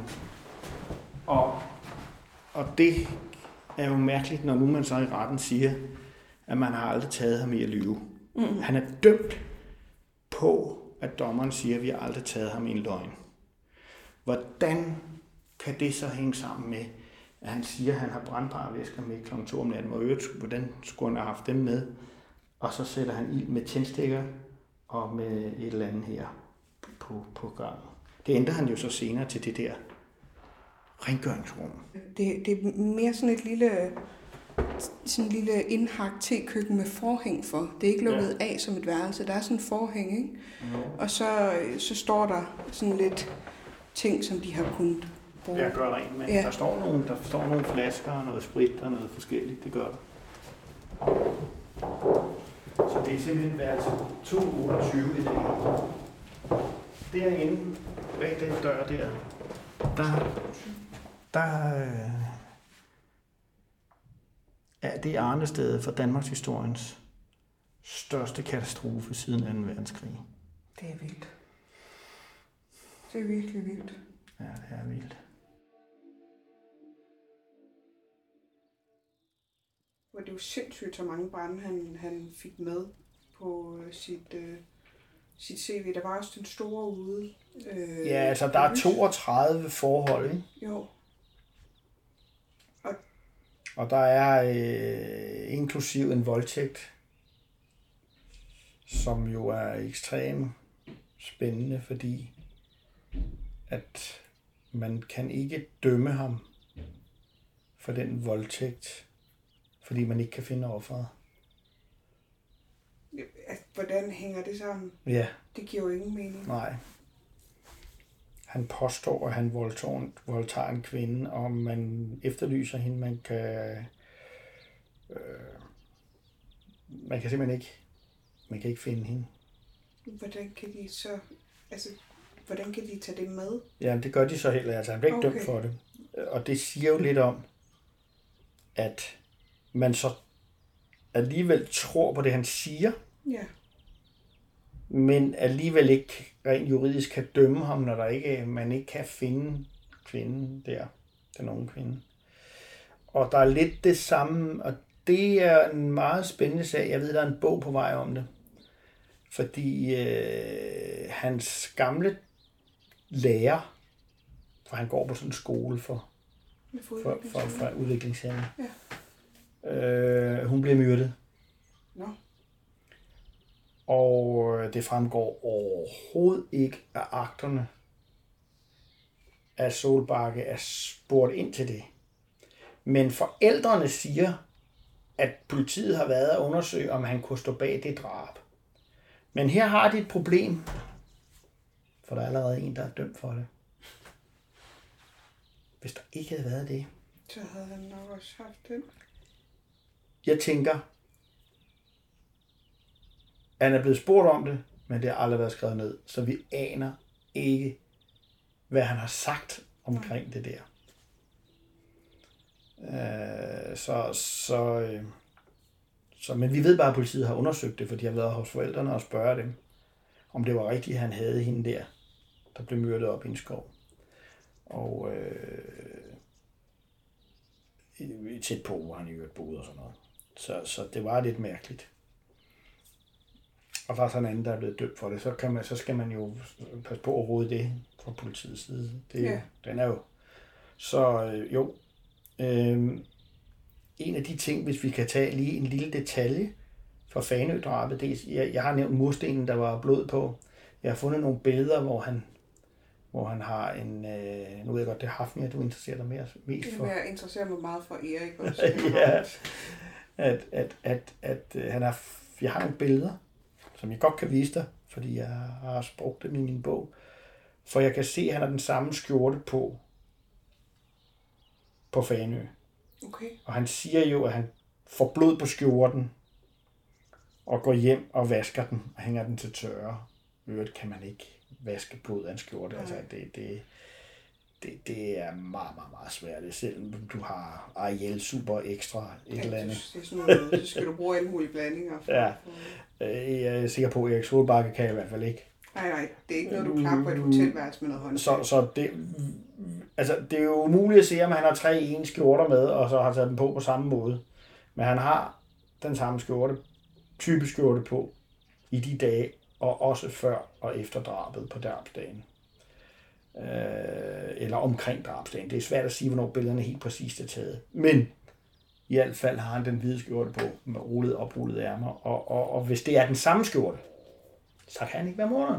Og det er jo mærkeligt, når nu man så i retten siger, at man har aldrig taget ham i at lyve. Mm. Han er dømt på, at dommeren siger, at vi har aldrig taget ham i en løgn. Hvordan kan det så hænge sammen med, at han siger, at han har brandbare væsker med kl. 2 om natten, og hvordan skulle han have haft dem med? Og så sætter han ild med tændstikker og med et eller andet her på gangen. Det ændrer han jo så senere til det der rengøringsrum. Det er mere sådan et lille indhakt tekøkken med forhæng for. Det er ikke lukket af som et værelse. Der er sådan et forhæng, ikke? Ja. Og så står der sådan lidt ting, som de har kunnet bruge. Jeg gør rent med. Ja. Der står nogle flasker og noget sprit og noget forskelligt. Det gør der. Så det er simpelthen værelse 228 i dag. Derinde, bag den dør der er det arnestedet for Danmarks historiens største katastrofe siden 2. verdenskrig. Det er vildt. Det er virkelig vildt. Ja, det er vildt. Og det er jo sindssygt, så mange brande han fik med på sit CV. Der var også den store ude. Ja, altså der er 32 forhold, ikke? Jo. Og der er inklusiv en voldtægt, som jo er ekstremt spændende, fordi at man kan ikke dømme ham for den voldtægt, fordi man ikke kan finde offeret. Hvordan hænger det sammen? Ja. Det giver jo ingen mening. Nej. Han påstår, at han voldtager en kvinde, og man efterlyser hende. Man kan simpelthen ikke finde hende. Hvordan kan de så... Altså, Hvordan kan de tage det med? Ja, det gør de så heller. Altså, han bliver ikke dømt for det. Og det siger jo lidt om, at man så alligevel tror på det, han siger, Ja. men alligevel ikke rent juridisk kan dømme ham, når man ikke kan finde kvinden der, den unge kvinde. Og der er lidt det samme, og det er en meget spændende sag. Jeg ved, der er en bog på vej om det. Fordi hans gamle lærer, for han går på sådan en skole for udviklingshæmmede. Ja. Hun blev myrdet. Nå. Og det fremgår overhovedet ikke af akterne, at Solbakke er spurgt ind til det. Men forældrene siger, at politiet har været at undersøge, om han kunne stå bag det drab. Men her har de et problem, for der er allerede en, der er dømt for det. Hvis der ikke havde været det, så havde han nok også haft den. Jeg tænker, han er blevet spurgt om det, men det har aldrig været skrevet ned, så vi aner ikke, hvad han har sagt omkring det der. Men vi ved bare, at politiet har undersøgt det, for de har været hos forældrene og spørge dem, om det var rigtigt, at han havde hende der blev myrdet op i en skov. Og tæt på, hvor han i øvrigt boede og sådan noget. Så det var lidt mærkeligt. Og der er sådan en anden, der er blevet dømt for det. Så skal man jo passe på at råde det fra politiets side. Den er jo. Så jo. En af de ting, hvis vi kan tage lige en lille detalje fra Fanø-drabet, jeg har nævnt murstenen, der var blod på. Jeg har fundet nogle billeder, hvor han har en... nu ved jeg godt, det er Hafnia, du interesserer dig mest for. Jeg interesserer mig meget for Erik også. Jeg har nogle billeder, som jeg godt kan vise dig, fordi jeg har brugt dem i min bog. For jeg kan se, at han har den samme skjorte på Fanø. Okay. Og han siger jo, at han får blod på skjorten og går hjem og vasker den og hænger den til tørre. Øvrigt kan man ikke vaske blod af en skjorte. Altså, det er meget, meget, meget svært. Selvom du har Ariel Super Extra et eller andet. Det er sådan noget, så skal du bruge alle mulige blandinger. Ja. Jeg er sikker på, at Erik Solbakke kan i hvert fald ikke. Nej, det er ikke noget, du klarer på et hotelværelse med noget håndtag. Så det er jo umuligt at se, om han har 3 ens skjorter med, og så har taget dem på samme måde. Men han har den samme type skjorte på i de dage, og også før og efter drabet på drabsdagen. Eller omkring drabsdagen. Det er svært at sige, hvornår billederne helt præcist er taget. Men i hvert fald har han den hvide skjorte på, med oprullet ærmer. Og hvis det er den samme skjorte, så kan han ikke være morderen.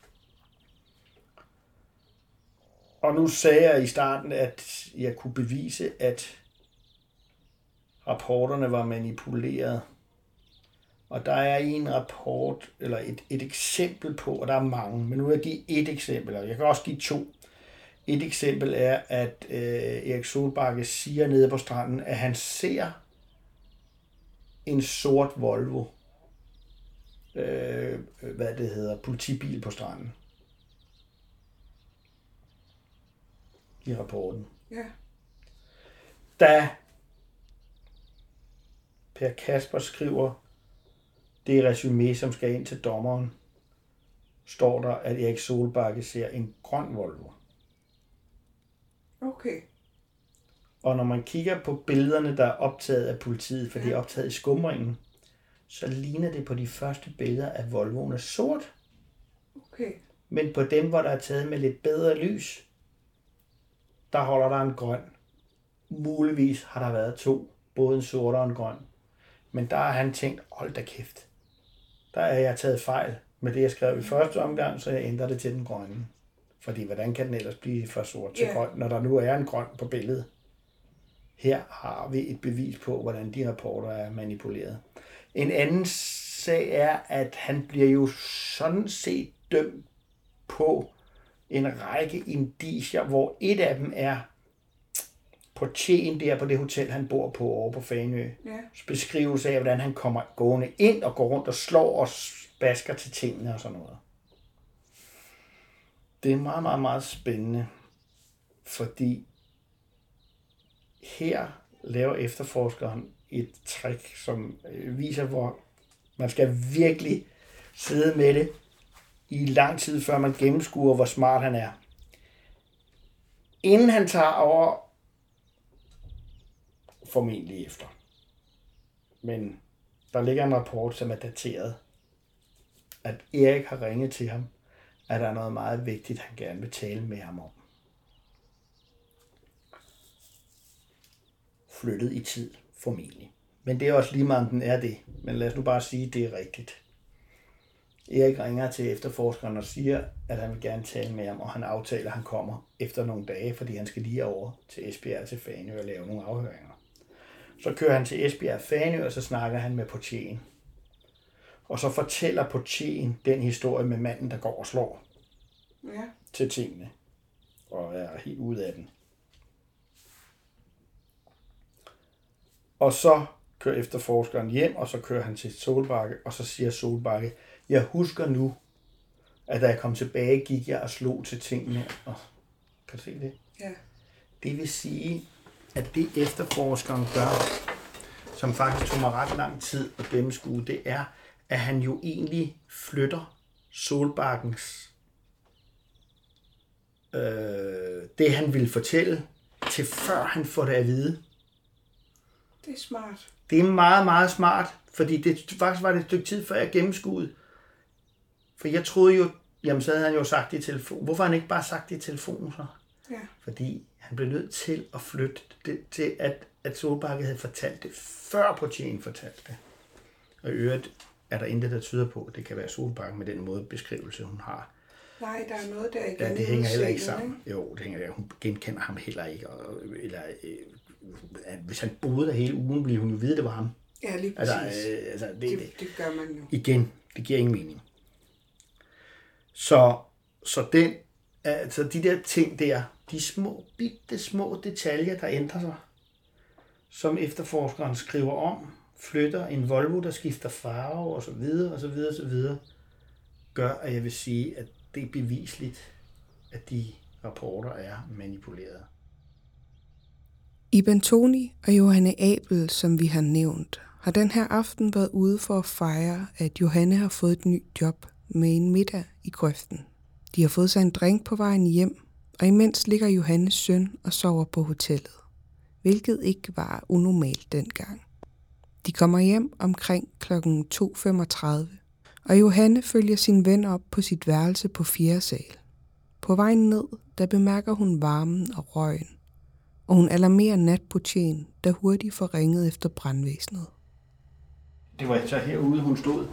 Og nu sagde jeg i starten, at jeg kunne bevise, at rapporterne var manipuleret. Og der er en rapport, eller et eksempel på, og der er mange, men nu vil jeg give et eksempel, og jeg kan også give 2. Et eksempel er, at Erik Solbakke siger nede på stranden, at han ser en sort Volvo, politibil på stranden. I rapporten. Ja. Da Per Kasper skriver det resumé, som skal ind til dommeren, står der, at Erik Solbakke ser en grøn Volvo. Okay. Og når man kigger på billederne, der er optaget af politiet, for det er optaget i skumringen, så ligner det på de første billeder, at Volvoen er sort. Okay. Men på dem, hvor der er taget med lidt bedre lys, der holder der en grøn. Muligvis har der været 2, både en sort og en grøn. Men der har han tænkt, hold da kæft. Der er jeg taget fejl med det, jeg skrev i første omgang, så jeg ændrer det til den grønne. Fordi hvordan kan den ellers blive fra sort til grøn, når der nu er en grøn på billedet? Her har vi et bevis på, hvordan de rapporter er manipuleret. En anden sag er, at han bliver jo sådan set dømt på en række indicier, hvor et af dem er portieren der på det hotel, han bor på over på Fanø. Ja. Beskrivelse af, hvordan han kommer gående ind og går rundt og slår og basker til tingene og sådan noget. Det er meget, meget, meget spændende, fordi her laver efterforskeren et trick, som viser, hvor man skal virkelig sidde med det i lang tid, før man gennemskuer, hvor smart han er. Inden han tager over, formentlig efter. Men der ligger en rapport, som er dateret, at Erik har ringet til ham, at der er noget meget vigtigt, han gerne vil tale med ham om. Flyttet i tid, formentlig. Men det er også lige meget, om den er det. Men lad os nu bare sige, at det er rigtigt. Erik ringer til efterforskeren og siger, at han vil gerne tale med ham, og han aftaler, at han kommer efter nogle dage, fordi han skal lige over til Esbjerg til Fanø og lave nogle afhøringer. Så kører han til Esbjerg Fanø, og så snakker han med portieren. Og så fortæller portieren den historie med manden, der går og slår til tingene, og er helt ude af den. Og så kører efterforskeren hjem, og så kører han til Solbakke, og så siger Solbakke, jeg husker nu, at da jeg kom tilbage, gik jeg og slog til tingene. Kan du se det? Ja. Det vil sige, at det efterforskeren gør, som faktisk tog mig ret lang tid at gennemskue, det er, at han jo egentlig flytter Solbakkens det, han ville fortælle, til før han får det at vide. Det er smart. Det er meget, meget smart, fordi det faktisk var det et stykke tid, før jeg gennemskuede. For jeg troede jo, jamen så havde han jo sagt det i telefon. Hvorfor har han ikke bare sagt det i telefonen så? Ja. Fordi han blev nødt til at flytte det til, at Solbakke havde fortalt det, før portieren fortalte det. Og i øvrigt er der intet, der tyder på, at det kan være Solbakke med den måde beskrivelse, hun har. Nej, der er noget der igen. Ja, det hænger heller ikke sammen. Jo, det hænger der. Hun genkender ham heller ikke. Hvis han boede der hele ugen, ville hun jo vide, det var ham. Ja, lige præcis. Det gør man jo. Igen, det giver ingen mening. Så de der ting der, de små, bitte små detaljer, der ændrer sig, som efterforskeren skriver om, flytter en Volvo, der skifter farve og så videre, og så videre, og så videre, gør, at jeg vil sige, at det er bevisligt, at de rapporter er manipuleret. Iben Toni og Johanne Abel, som vi har nævnt, har den her aften været ude for at fejre, at Johanne har fået et nyt job med en middag i grøften. De har fået sig en drink på vejen hjem, og imens ligger Johannes søn og sover på hotellet, hvilket ikke var unormalt dengang. De kommer hjem omkring kl. 2:35, og Johanne følger sin ven op på sit værelse på 4. sal. På vejen ned, der bemærker hun varmen og røgen, og hun alarmerer natportieren, der hurtigt får ringet efter brandvæsenet. Det var så herude, hun stod.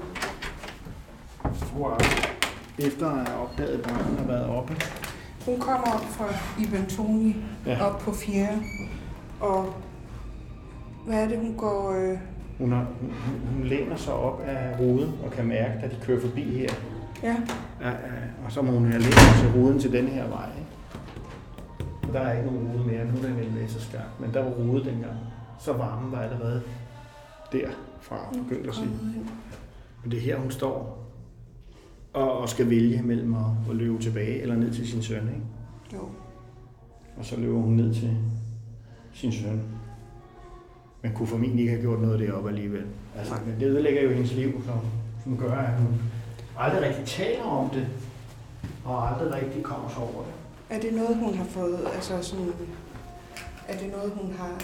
Efter at have opdaget branden og været oppe. Hun kommer op fra Iben Toni, op på 4. Og hvad er det, hun går... Hun læner sig op af ruden og kan mærke, at de kører forbi her. Ja. Og så må hun have lænet til ruden til denne her vej. Ikke? Og der er ikke nogen rude mere, nu er den en så skarp. Men der var rude dengang. Så varmen var allerede derfra, begyndt at sige. Men det er her, hun står og skal vælge mellem at løbe tilbage eller ned til sin søn. Ikke? Jo. Og så løber hun ned til sin søn. Men kunne formentlig ikke have gjort noget deroppe alligevel. Altså, det ødelægger jo hendes liv, som gør, at hun aldrig rigtig taler om det, og aldrig rigtig kommer sig over det. Er det noget, hun har fået, altså sådan, er det noget, hun har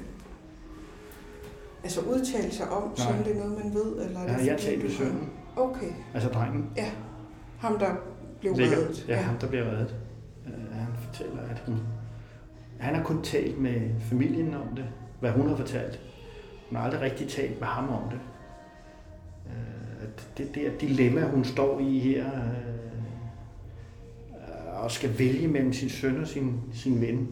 udtalt sig om, som det er noget, man ved? Eller er det, jeg har talt med sønnen. Okay. Altså drengen. Ja, ham der blev reddet. Ja, ham der bliver reddet. Han fortæller, at han har kun talt med familien om det, hvad hun har fortalt. Hun har aldrig rigtig talt med ham om det. Det der dilemma, hun står i her, og skal vælge mellem sin søn og sin ven,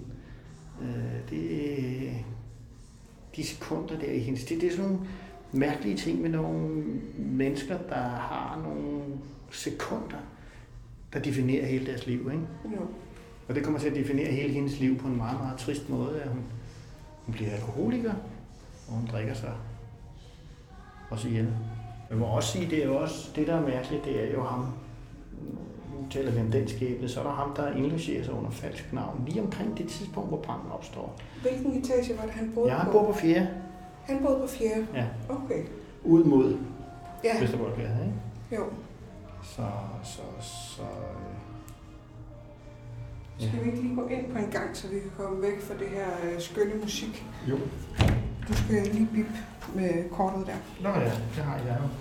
de sekunder der i hendes, det er sådan nogle mærkelige ting med nogle mennesker, der har nogle sekunder, der definerer hele deres liv, ikke? Jo. Og det kommer til at definere hele hendes liv på en meget, meget trist måde, at hun bliver alkoholiker, og hun drikker sig også ihjel. Jeg må også sige, det er jo også det, der er mærkeligt, det er jo ham, nu taler vi om den skæbne, så er der ham, der indlogerer sig under falsk navn, lige omkring det tidspunkt, hvor branden opstår. Hvilken etage var det, han boede på? Ja, han bor på 4. Han boede på 4? Ja. Okay. Ud mod Ja. Vestervoldgade, ikke? Jo. Så Skal vi ikke lige gå ind på en gang, så vi kan komme væk fra det her skønne musik? jo. Du skal lige bip med kortet der. Nå ja, det har jeg jo.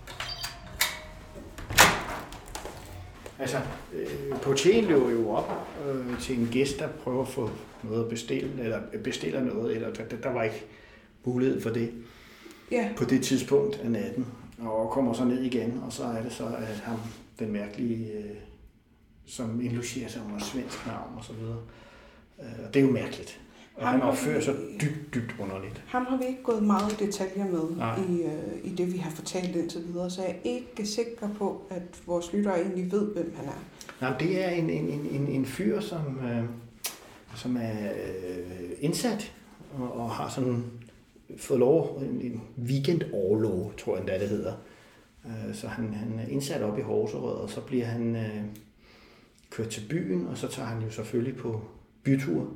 Altså, portieren løber jo op til en gæst, der prøver at få noget at bestille, eller bestiller noget, eller der var ikke mulighed for det på det tidspunkt af natten, og kommer så ned igen, og så er det så, at ham, den mærkelige, som indlogerer sig under svensk navn og så videre. Og det er jo mærkeligt. Og han opfører sig dybt underligt. Ham har vi ikke gået meget i detaljer med i det, vi har fortalt indtil videre, så jeg er ikke sikker på, at vores lyttere egentlig ved, hvem han er. Nej, det er en fyr, som er indsat og har sådan fået lov, en weekend-overlov, tror jeg endda det hedder. Så han er indsat op i Horserød, og så bliver han kørt til byen, og så tager han jo selvfølgelig på bytur.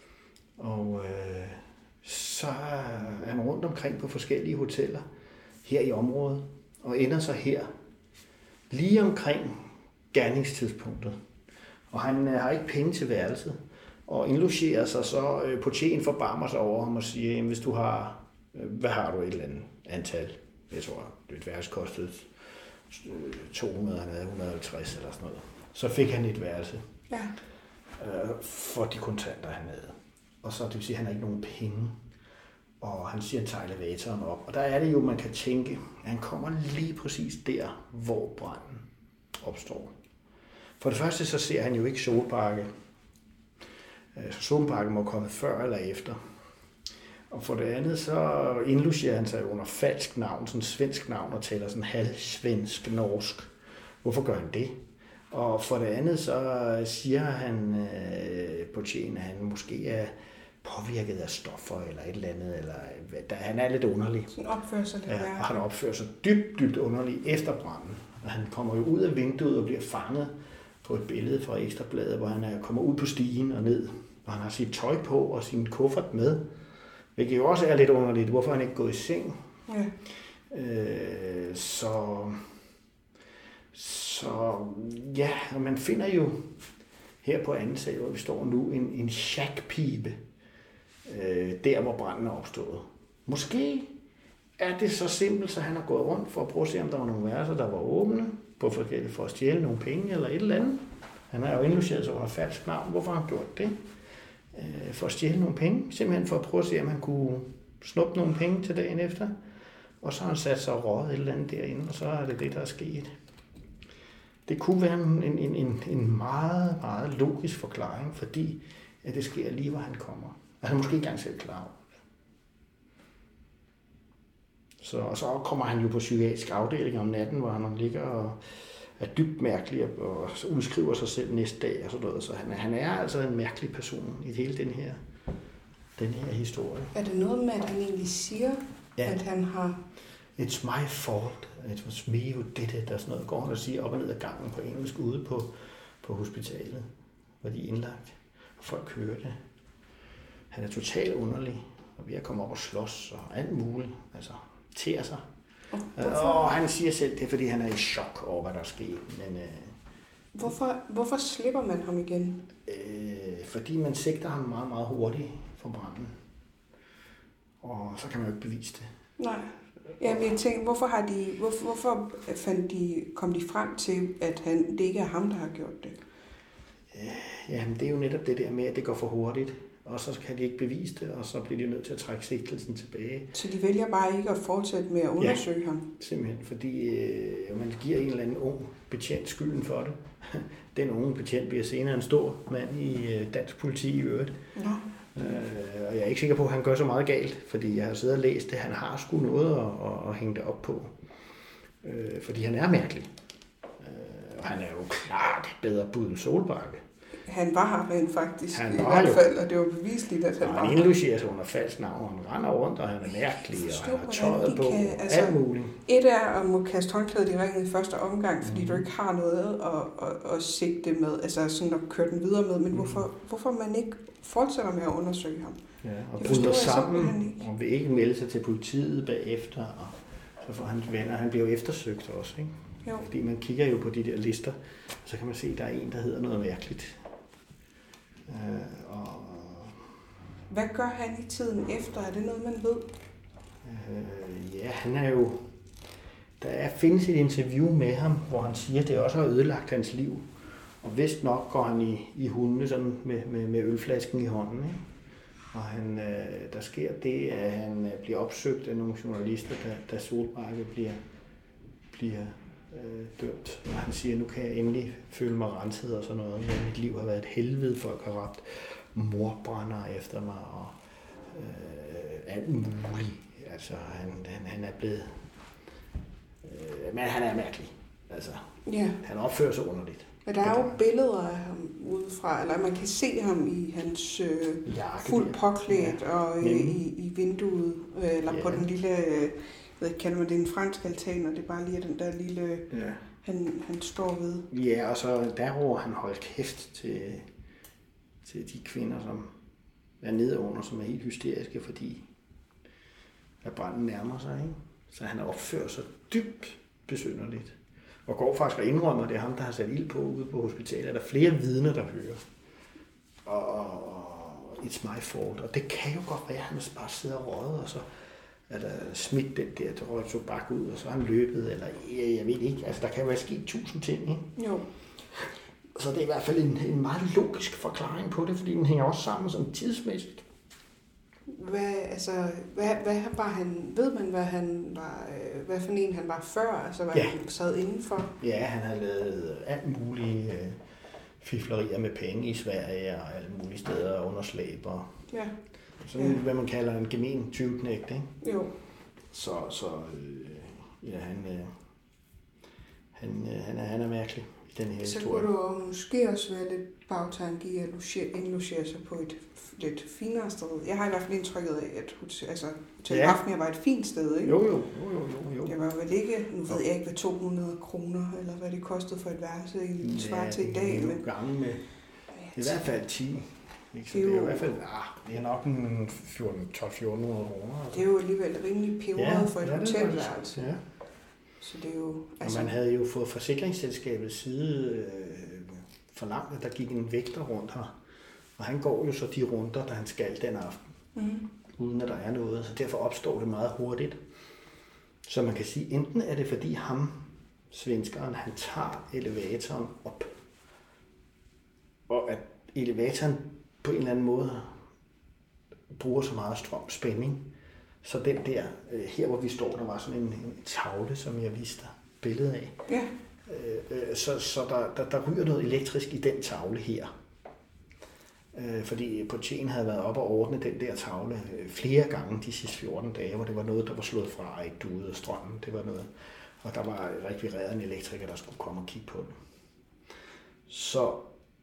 Og så er han rundt omkring på forskellige hoteller her i området, og ender så her, lige omkring gerningstidspunktet. Og han har ikke penge til værelset, og indlogerer sig så, portieren forbarmer sig over ham og siger, jamen, hvis du har, hvad har du et eller andet antal? Jeg tror, et værelse kostede 200, han havde 150 eller sådan noget. Så fik han et værelse for de kontanter, han havde. Og så det vil sige, at han har ikke nogen penge. Og han siger, at han tager elevatoren op. Og der er det jo, man kan tænke, at han kommer lige præcis der, hvor branden opstår. For det første, så ser han jo ikke Solbakke. Så Solbakke må komme før eller efter. Og for det andet, så indlogerer han sig under falsk navn, sådan svensk navn, og taler sådan halvsvensk norsk. Hvorfor gør han det? Og for det andet, så siger han på tjen, at han måske er påvirket af stoffer eller et eller andet, eller han er lidt underlig. Sådan opfører sig lidt og han opfører sig dybt underligt efter branden. Og han kommer jo ud af vinduet og bliver fanget på et billede fra Ekstrabladet, hvor han kommer ud på stigen og ned, og han har sit tøj på og sin kuffert med, hvilket jo også er lidt underligt. Hvorfor han ikke gået i seng? Ja. Så ja, og man finder jo her på anden sal, hvor vi står nu, en shackpibe, der hvor branden er opstået. Måske er det så simpelt, så han har gået rundt for at prøve at se, om der var nogle værelser, der var åbne, for at stjæle nogle penge eller et eller andet. Han har jo indlogeret sig under falsk navn. Hvorfor har han gjort det? For at stjæle nogle penge. Simpelthen for at prøve at se, om han kunne snuppe nogle penge til dagen efter. Og så har han sat sig og røget et eller andet derinde, og så er det det, der er sket. Det kunne være en meget, meget logisk forklaring, fordi at det sker lige, hvor han kommer. Og han er måske ikke engang selv klar over det. Og så kommer han jo på psykiatrisk afdeling om natten, hvor han ligger og er dybt mærkelig og udskriver sig selv næste dag og sådan noget. Så han er altså en mærkelig person i hele den her historie. Er det noget med, at han egentlig siger, at han har... It's my fault. It was me who did it. Og sådan noget går han og siger op og ned ad gangen på engelsk ude på hospitalet, hvor de er indlagt. Og folk hører det. Han er totalt underlig, og ved at komme op og slås og alt muligt. Altså, tærer sig. Og han siger selv, det er, fordi han er i chok over, hvad der er sket. Men, hvorfor slipper man ham igen? Fordi man sigter ham meget, meget hurtigt for branden. Og så kan man jo ikke bevise det. Nej. Jamen, jeg tænker, hvorfor kom de frem til, at det ikke er ham, der har gjort det? Jamen, det er jo netop det der med, at det går for hurtigt. Og så kan de ikke bevise det, og så bliver de nødt til at trække sigtelsen tilbage. Så de vælger bare ikke at fortsætte med at undersøge ham? Simpelthen, fordi man giver en eller anden ung betjent skylden for det. Den unge betjent bliver senere en stor mand i dansk politi i øvrigt. Ja. Og jeg er ikke sikker på, at han gør så meget galt, fordi jeg har siddet og læst det. Han har sgu noget at hænge det op på. Fordi han er mærkelig. Og han er jo klart bedre bud end Solbakke. Han var her rent faktisk, Han i var hvert jo. fald, og det var bevisligt, at han Og var han her. indlogerer sig under falsk navn, og han render rundt, og han er mærkelig, og han har Forstå, tøjet hvordan på, de kan, altså, alt muligt. Et er at må kaste håndklædet i ringen i første omgang, fordi du ikke har noget at sigte med, altså sådan at køre den videre med, men hvorfor man ikke fortsætter med at undersøge ham? Ja, og Det forstår bryder jeg simpelthen sammen, ikke. og vil ikke melde sig til politiet bagefter, og så får han venner, han bliver jo eftersøgt også, ikke? Jo. Fordi man kigger jo på de der lister, og så kan man se, at der er en, der hedder noget mærkeligt. Og Hvad gør han i tiden efter? Er det noget, man ved? ja, han er jo... findes et interview med ham, hvor han siger, at det også har ødelagt hans liv. Og vist nok går han i hundene sådan med ølflasken i hånden. Ikke? Og der sker det, at han bliver opsøgt af nogle journalister, da Solbakke bliver dømt. Og han siger, nu kan jeg endelig føle mig renset og sådan noget. Men mit liv har været et helvede, folk har ramt mordbrænder efter mig og alt muligt. Altså, han er blevet... men han er mærkelig. Altså, Ja. han opfører sig underligt. Men der er jo billeder af ham udefra, eller man kan se ham i hans fuldt påklædt og i vinduet, eller på den lille, jeg ved ikke, kalder man det en fransk altan, og det er bare lige den der lille, han står ved. Ja, og så der hvor han holdt kæft til de kvinder, som er nede under, som er helt hysteriske, fordi at branden nærmer sig, ikke? Så han opfører sig dybt besynderligt. Og går faktisk og indrømmer, at det er ham, der har sat ild på ude på hospitalet. Der er flere vidner, der hører. Og it's my fault. Og det kan jo godt være, at han bare sidder og røget, og så er der smidt den der røg tobak ud, og så har han løbet, eller jeg ved ikke. Altså, der kan jo være sket 1000 ting, ikke? Jo. Så det er i hvert fald en meget logisk forklaring på det, fordi den hænger også sammen sådan tidsmæssigt. Hvad var han, ved man, hvad han var, hvad for en han var før, altså hvad han sad indenfor? Ja, han har lavet alt mulige fiflerier med penge i Sverige og alle mulige steder, underslæb og sådan, hvad man kalder en gemen tyveknægt, ikke? Jo. Han er mærkelig i den her så historie. kunne du måske også være lidt bagtanke i at indlogere sig på et lidt finere sted. Jeg har i hvert fald indtrykket af, at Hotel Hafnia var et fint sted, ikke? Jo. Det var vel ikke, nu ved jeg ikke, hvad 200 kroner, eller hvad det kostede for et værelse i svar til i dag. Men gange med i hvert fald 10. Ikke? Så det er jo i hvert fald, det er nok en 12-1400 kroner. Det er jo alligevel rimelig peberet for et hotelværelse. Ja. Så det er jo... Altså... Og man havde jo fået forsikringsselskabets side forlangt, at der gik en vægter rundt her. Og han går jo så de runder, da han skal den aften, uden at der er noget. Så derfor opstår det meget hurtigt. Så man kan sige, enten er det fordi ham, svenskeren, han tager elevatoren op. Og at elevatoren på en eller anden måde bruger så meget strømspænding. Så den der, her hvor vi står, der var sådan en tavle, som jeg viste dig billedet af. Ja. Så der ryger noget elektrisk i den tavle her. Fordi Portieren havde været op og ordne den der tavle flere gange de sidste 14 dage, hvor det var noget, der var slået fra og ikke duede af strømmen. Det var noget. Og der var rekvireret en elektriker, der skulle komme og kigge på den. Så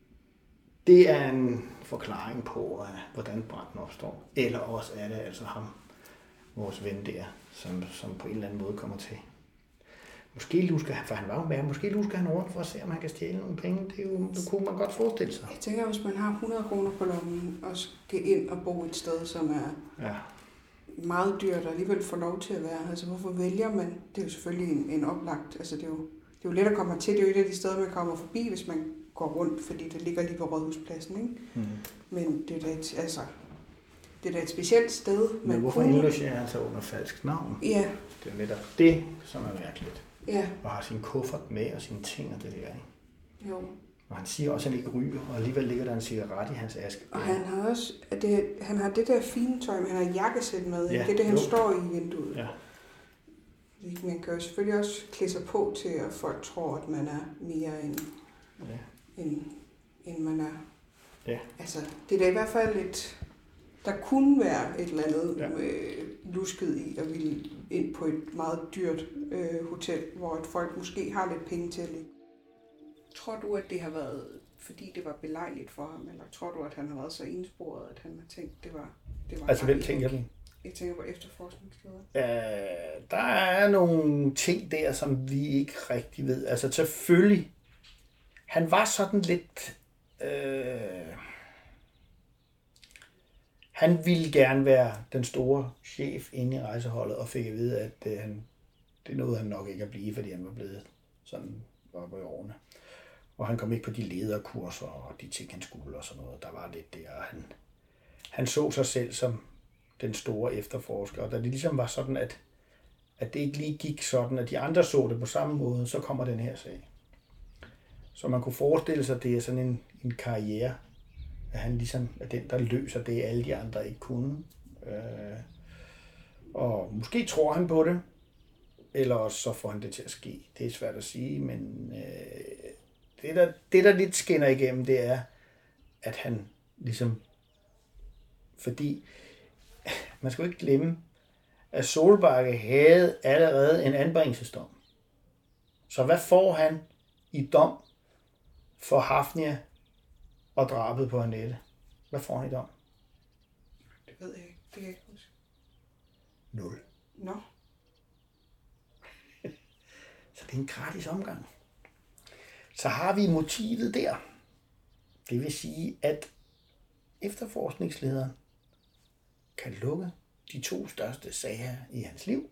det er en forklaring på, hvordan branden opstår. Eller også er det altså ham, vores ven der, som på en eller anden måde kommer til. Måske lusker han, for han var jo med, måske lusker han rundt for at se, om han kan stjæle nogle penge. Det kunne man godt forestille sig. Jeg tænker, hvis man har 100 kroner på lommen og skal ind og bo et sted, som er meget dyrt og alligevel får lov til at være. Altså, hvorfor vælger man? Det er jo selvfølgelig en oplagt. Altså, det er jo let at komme til. Det er jo et af de steder, man kommer forbi, hvis man går rundt, fordi det ligger lige på Rådhuspladsen, ikke? Men det er da et specielt sted. Men hvorfor indlogerer han sig under falsk navn? Ja. Det er netop det, som er mærkeligt. Ja. Og har sin kuffert med og sine ting og det der, ikke? Jo. Og han siger også, at han ikke ryger, og alligevel ligger der en cigaret i hans aske. Og han har også, han har det der fine tøj, men han har jakkesæt med. Ja, det er det, han står i vinduet. Ja. Man kan jo selvfølgelig også klæde sig på til, at folk tror, at man er mere end man er. Ja. Altså, det er da i hvert fald der kunne være et eller andet lusket i at ville ind på et meget dyrt hotel, hvor et folk måske har lidt penge til at ligge. Tror du, at det har været, fordi det var belejligt for ham, eller tror du, at han har været så ensporet, at han har tænkt, det var Altså, hvem tænker du? Jeg tænker på efterforskningsleder. Der er nogle ting der, som vi ikke rigtig ved. Altså selvfølgelig, han var sådan lidt... han ville gerne være den store chef inde i rejseholdet, og fik at vide, at det nåede han nok ikke at blive, fordi han var blevet sådan oppe i årene. Og han kom ikke på de lederkurser og de ting, han skulle og sådan noget. Der var lidt der, og han så sig selv som den store efterforsker. Og da det ligesom var sådan, at det ikke lige gik sådan, at de andre så det på samme måde, så kommer den her sag. Så man kunne forestille sig, at det er sådan en karriere, at han ligesom er den, der løser det, alle de andre ikke kunne. Og måske tror han på det, eller også så får han det til at ske. Det er svært at sige, men det der lidt skinner igennem, det er, at han ligesom, fordi man skal jo ikke glemme, at Solbakke havde allerede en anbringelsesdom. Så hvad får han i dom for Hafnia og drabet på Annette? Hvad får han i dom? Det ved jeg ikke. Det kan jeg ikke huske. 0. Nå. Så det er en gratis omgang. Så har vi motivet der. Det vil sige, at efterforskningslederen kan lukke de 2 største sager i hans liv.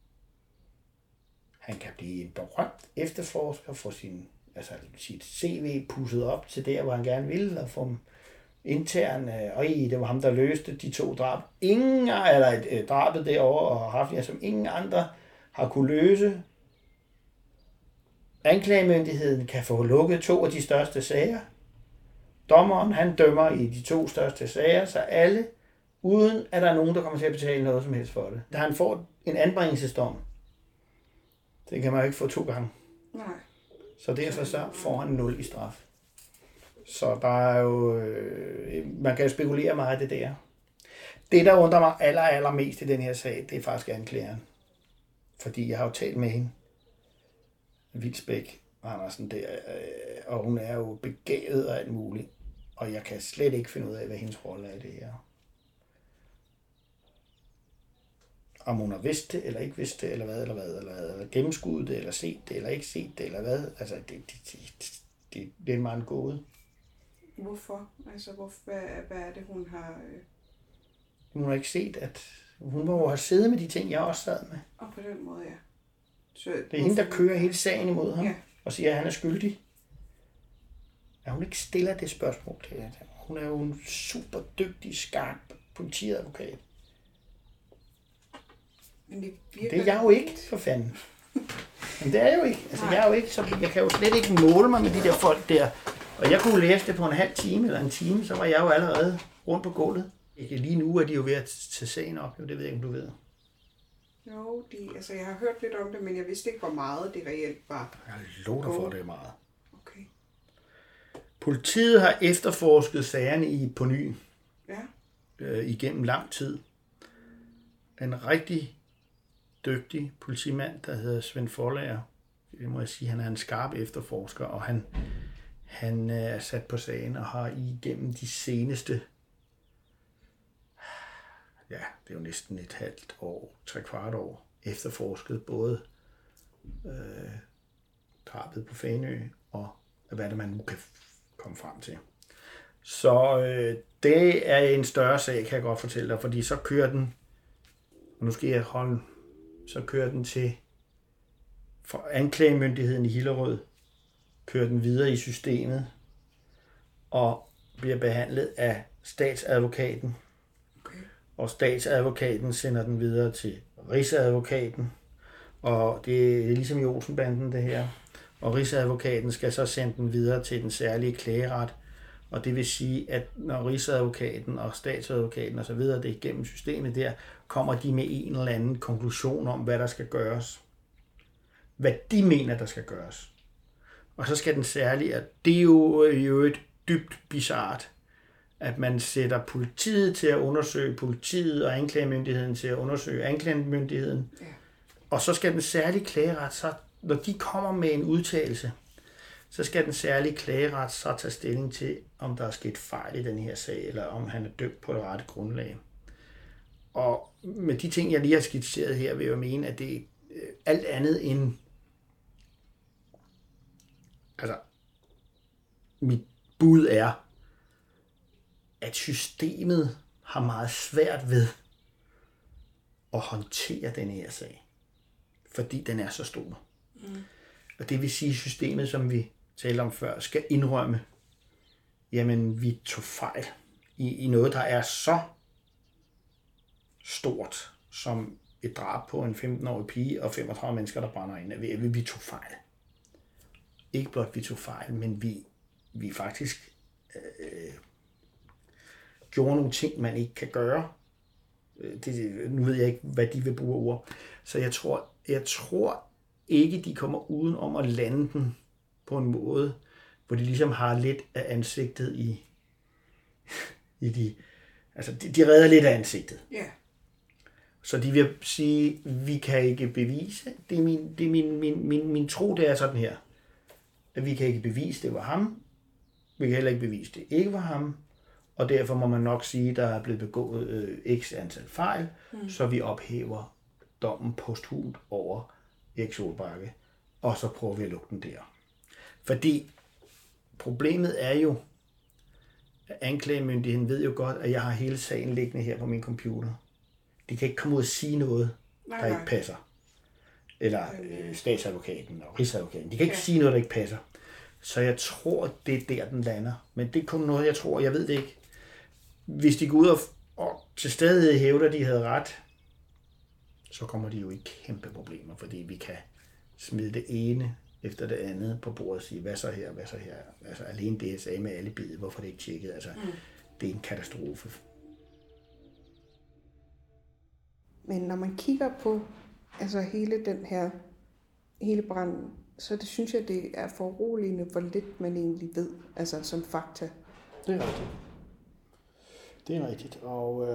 Han kan blive en berømt efterforsker, få sit CV pusset op til der, hvor han gerne vil, og få intern, det var ham, der løste de 2 drab. Drabet derovre og Hafnia, som ingen andre har kunne løse. Anklagemyndigheden kan få lukket 2 af de største sager. Dommeren, han dømmer i de 2 største sager, så alle, uden at der er nogen, der kommer til at betale noget som helst for det. Da han får en anbringelsesdom, det kan man jo ikke få 2 gange. Nej. Så derfor så får han 0 i straf. Så der er jo, man kan jo spekulere meget af det der. Det, der undrer mig allermest i den her sag, det er faktisk anklageren. Fordi jeg har jo talt med hende, Vilsbæk Andersen der, og hun er jo begavet og alt muligt. Og jeg kan slet ikke finde ud af, hvad hendes rolle er i det her. Om hun har vidst det, eller ikke vidst det, eller hvad, eller gennemskuddet det, eller set det, eller ikke set det, eller hvad. Altså, det er en meget gåde. Hvorfor? Altså, hvad er det, hun har... Hun har ikke set, at hun må have siddet med de ting, jeg også sad med. Og på den måde, ja. Så, det er hende, der kører hele sagen imod ham, ja. Og siger, at han er skyldig. Ja, hun ikke stiller det spørgsmål til det. Hun er jo en super dygtig, skarp politiadvokat. Men det er jeg jo ikke, for fanden. Men det er jeg jo ikke. Altså, jeg er jo ikke, så jeg kan jo slet ikke måle mig med de der folk der. Og jeg kunne læse det på en halv time eller en time, så var jeg jo allerede rundt på gulvet. Ikke lige nu er de jo ved at tage sagen op, det ved jeg ikke, om du ved. Jo, jeg har hørt lidt om det, men jeg vidste ikke, hvor meget det reelt var. Jeg lover dig for, det er meget. Okay. Politiet har efterforsket sagerne på ny. Ja. Igennem lang tid. En rigtig dygtig politimand, der hedder Svend Forlager. Det må jeg sige, han er en skarp efterforsker, og han er sat på sagen og har igennem de seneste, ja, det er jo næsten et halvt år, 3/4 år, efterforsket både drabet på Fanø og hvad det man nu kan komme frem til. Så det er en større sag, kan jeg godt fortælle dig, fordi så kører den, og nu skal jeg holde, så kører den til for anklagemyndigheden i Hillerød, kører den videre i systemet og bliver behandlet af statsadvokaten. Okay. Og statsadvokaten sender den videre til rigsadvokaten, og det er ligesom i Olsenbanden det her. Og rigsadvokaten skal så sende den videre til den særlige klageret, og det vil sige, at når rigsadvokaten og statsadvokaten og så videre, det er igennem systemet der, kommer de med en eller anden konklusion om, hvad der skal gøres. Hvad de mener, der skal gøres. Og så skal den særlige, at det er jo et dybt bizart, at man sætter politiet til at undersøge politiet, og anklagemyndigheden til at undersøge anklagemyndigheden. Ja. Og så skal den særlige klageret, så når de kommer med en udtalelse, så skal den særlige klageret så tage stilling til, om der er sket fejl i den her sag, eller om han er dømt på det rette grundlag. Og med de ting, jeg lige har skitseret her, vil jeg mene, at det er alt andet end... Altså, mit bud er, at systemet har meget svært ved at håndtere den her sag, fordi den er så stor. Og det vil sige, at systemet, som vi talte om før, skal indrømme, jamen vi tog fejl i noget, der er så stort, som et drab på en 15-årig pige og 35 mennesker, der brænder ind. Vi tog fejl. Ikke blot vi tog fejl, men vi faktisk gjorde nogle ting, man ikke kan gøre. Nu ved jeg ikke, hvad de vil bruge ord. Så jeg tror ikke, de kommer uden om at lande den på en måde, hvor de ligesom har lidt af ansigtet i de... Altså, de redder lidt af ansigtet. Ja. Yeah. Så de vil sige, vi kan ikke bevise. Det er min tro, det er sådan her. At vi kan ikke bevise, det var ham. Vi kan heller ikke bevise, det ikke var ham. Og derfor må man nok sige, at der er blevet begået x antal fejl, så vi ophæver dommen posthumt over Erik Solbakke, og så prøver vi at lukke den der. Fordi problemet er jo, at anklagemyndigheden ved jo godt, at jeg har hele sagen liggende her på min computer. De kan ikke komme ud og sige noget, der ikke passer. Eller statsadvokaten og rigsadvokaten. De kan ikke sige noget, der ikke passer. Så jeg tror, det er der, den lander. Men det er kun noget, jeg tror. Jeg ved det ikke. Hvis de går ud og til stadighed hævder, de havde ret, så kommer de jo i kæmpe problemer, fordi vi kan smide det ene efter det andet på bordet og sige, hvad så her, hvad så her. Altså alene det, jeg sagde med alle bid, hvorfor det ikke tjekket. Altså, det er en katastrofe. Men når man kigger på altså hele branden, så det synes jeg, det er foruroligende, hvor lidt man egentlig ved, altså som fakta. Det er rigtigt. Det er rigtigt, og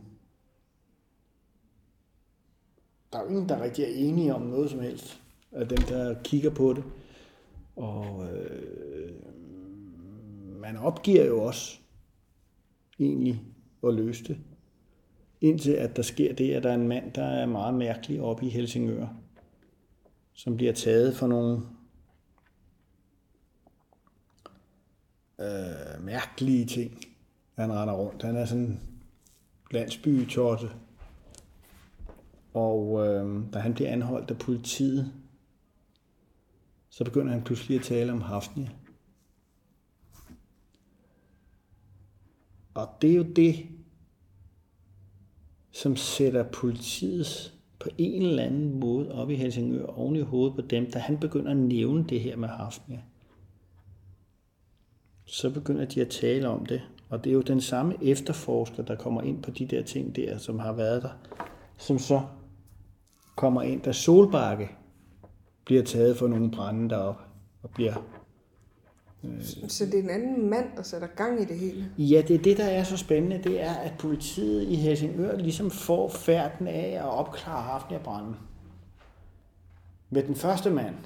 der er jo ingen, der rigtig er enige om noget som helst af dem, der kigger på det. Og man opgiver jo også egentlig at løse det. Indtil at der sker det, at der er en mand, der er meget mærkelig oppe i Helsingør, som bliver taget for nogle mærkelige ting. Han render rundt. Han er sådan en landsbytotte. Og da han bliver anholdt af politiet, så begynder han pludselig at tale om Hafnia. Og det er jo det, som sætter politiets på en eller anden måde op i Helsingør oven i hovedet på dem, da han begynder at nævne det her med Hafnia. Så begynder de at tale om det. Og det er jo den samme efterforsker, der kommer ind på de der ting der, som har været der, som så kommer ind, da Solbakke bliver taget for nogle brænde deroppe og bliver... Så det er en anden mand, der sætter gang i det hele? Ja, det er det, der er så spændende, det er, at politiet i Helsingør ligesom får færden af at opklare Hafnia-branden. Med den første mand.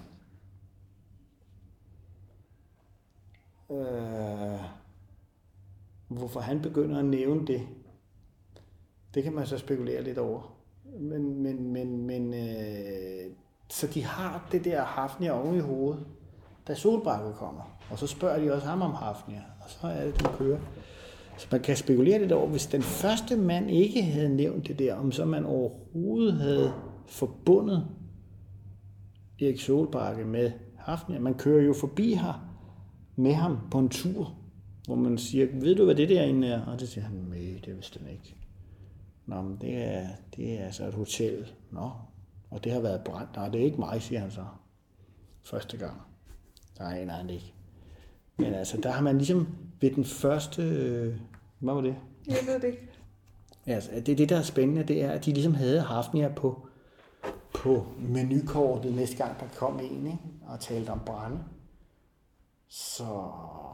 Hvorfor han begynder at nævne det, det kan man så spekulere lidt over. Men så de har det der Hafnia oven i hovedet, da Solbakke kommer. Og så spørger de også ham om Hafnia, og så er det, den kører. Så man kan spekulere lidt over, hvis den første mand ikke havde nævnt det der, om så man overhovedet havde forbundet Erik Solbakke med Hafnia. Man kører jo forbi her med ham på en tur, hvor man siger, ved du, hvad det derinde er? Og det siger han, nej, det vidste han ikke. Nå, men det er altså et hotel. Nå, og det har været brændt. Nej, det er ikke mig, siger han så. Første gang. Nej, han ikke. Men altså, der har man ligesom ved den første... hvad var det? Jeg ved det ikke. Altså, det der er spændende, det er, at de ligesom havde Hafnia på menukortet næste gang, der kom en, ikke? Og talte om brænde. Så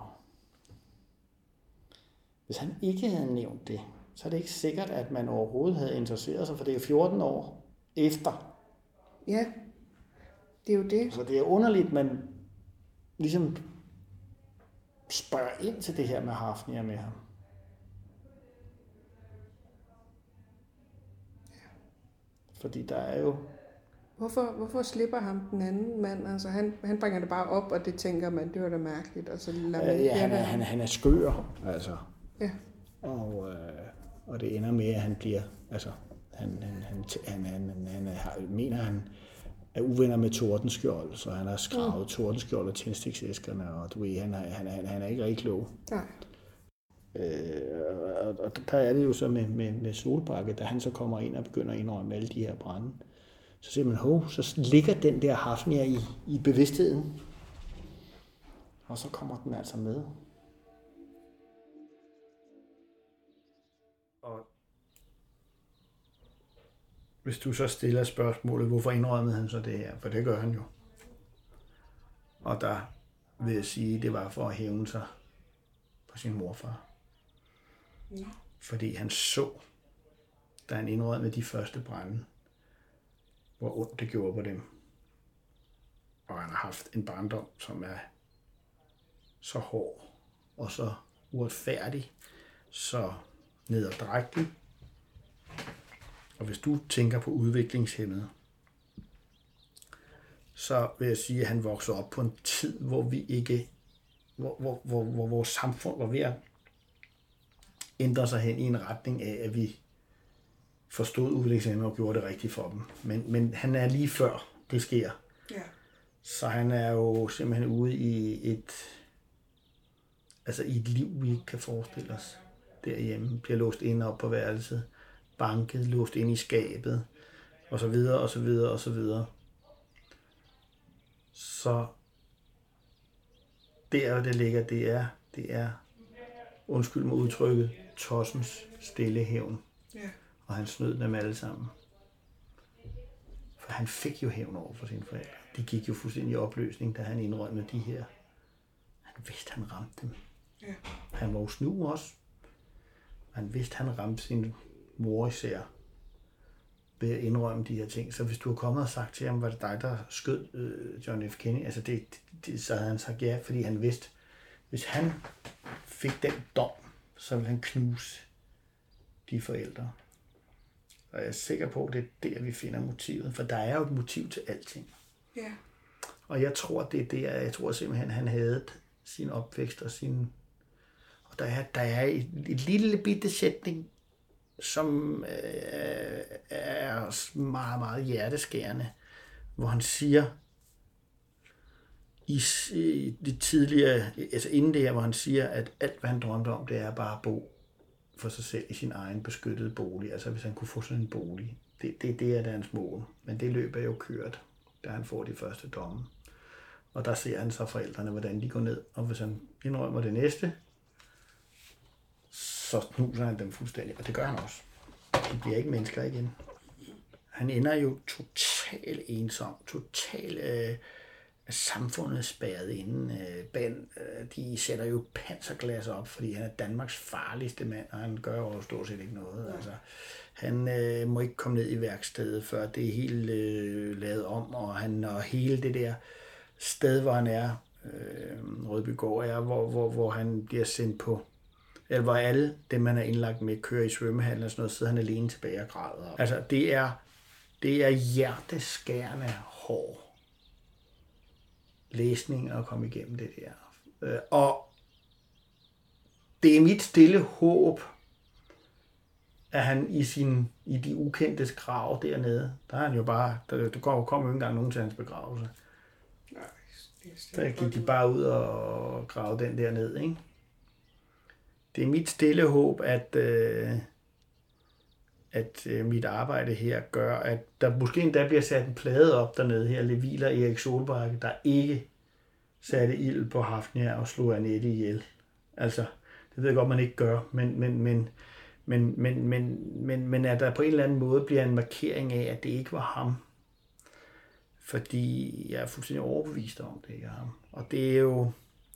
hvis han ikke havde nævnt det, så er det ikke sikkert, at man overhovedet havde interesseret sig, for det er 14 år efter. Ja, det er jo det. Så det er underligt, man ligesom spørger ind til det her med Hafnia med ham. Fordi der er jo... Hvorfor slipper ham den anden mand? Altså, han bringer det bare op, og det tænker man, det var da mærkeligt. Og så han er skør, altså. Ja. Og det ender med, at han bliver... Altså, han er uvenner med Tordenskjold, så han har skravet Tordenskjold og tændstiksæskerne, og du ved, han er ikke rigtig klog. Nej. Og der er det jo så med Solbakke, da han så kommer ind og begynder at indrømme alle de her brande. Så siger man, så ligger den der Hafnia i bevidstheden. Og så kommer den altså med. Og hvis du så stiller spørgsmålet, hvorfor indrømmede han så det her? For det gør han jo. Og der vil jeg sige, det var for at hævne sig på sin morfar. Ja. Fordi han så, da han indrømmede de første brande, hvor ondt det gjorde på dem. Og han har haft en barndom, som er så hård og så uretfærdig, så nederdrægtig. Og hvis du tænker på udviklingshæmmede, så vil jeg sige, at han voksede op på en tid, hvor vi ikke, hvor vores samfund var ved at ændre sig hen i en retning af, at vi forstod udviklingshæmmede og gjorde det rigtigt for dem. Men han er lige før det sker. Ja. Så han er jo simpelthen ude i et liv, vi ikke kan forestille os derhjemme. Bliver låst inde op på værelset, banket, låst ind i skabet, og så videre, og så videre, og så videre. Så der, det ligger, det er undskyld mig udtrykket, tossens stille hævn. Ja. Og han snød dem alle sammen. For han fik jo hævn over for sine forældre. De gik jo fuldstændig i opløsning, da han indrømmede de her. Han vidste, han ramte dem. Ja. Han var jo snu også. Han vidste, han ramte sin mor især ved at indrømme de her ting. Så hvis du har kommet og sagt til ham, var det dig, der skød John F. Kennedy, altså så havde han sagt ja, fordi han vidste, hvis han fik den dom, så ville han knuse de forældre. Og jeg er sikker på, at det er der, vi finder motivet. For der er jo et motiv til alting. Ja. Og jeg tror, det er der. Jeg tror simpelthen, han havde sin opvækst og sin... Og der er et lille bitte sætning, som er meget, meget hjerteskærende, hvor han siger i det tidligere, altså inden det her, hvor han siger, at alt, hvad han drømte om, det er bare at bo for sig selv i sin egen beskyttede bolig. Altså hvis han kunne få sådan en bolig. Det er hans mål. Men det løb er jo kørt, da han får de første domme. Og der ser han så forældrene, hvordan de går ned. Og hvis han indrømmer det næste, så knuser han dem fuldstændig. Og det gør han også. De bliver ikke mennesker igen. Han ender jo totalt ensom. Totalt samfundet spærret inde. De sætter jo panserglas op, fordi han er Danmarks farligste mand, og han gør jo stort set ikke noget. Altså, han må ikke komme ned i værkstedet, før det er helt lavet om, og hele det der sted, hvor han er, Rødbygård er, hvor han bliver sendt på, eller hvor alle dem, man er indlagt med, kører i svømmehallen og sådan noget, sidder han alene tilbage og græder. Altså, det er hjerteskærende hård læsning at komme igennem det der. Og det er mit stille håb, at han i de ukendtes grav dernede, der er han jo bare, du kommer jo ikke engang nogen til hans begravelse. Der gik de bare ud og grave den der ned, ikke? Det er mit stille håb, at mit arbejde her gør, at der måske endda bliver sat en plade op dernede her, Leviler Erik Solbakke, der ikke satte ild på Hafnia og slog Annette ihjel. Altså, det ved jeg godt, man ikke gør, men at der på en eller anden måde bliver en markering af, at det ikke var ham. Fordi jeg er fuldstændig overbevist om, det ikke er ham. Og det er jo...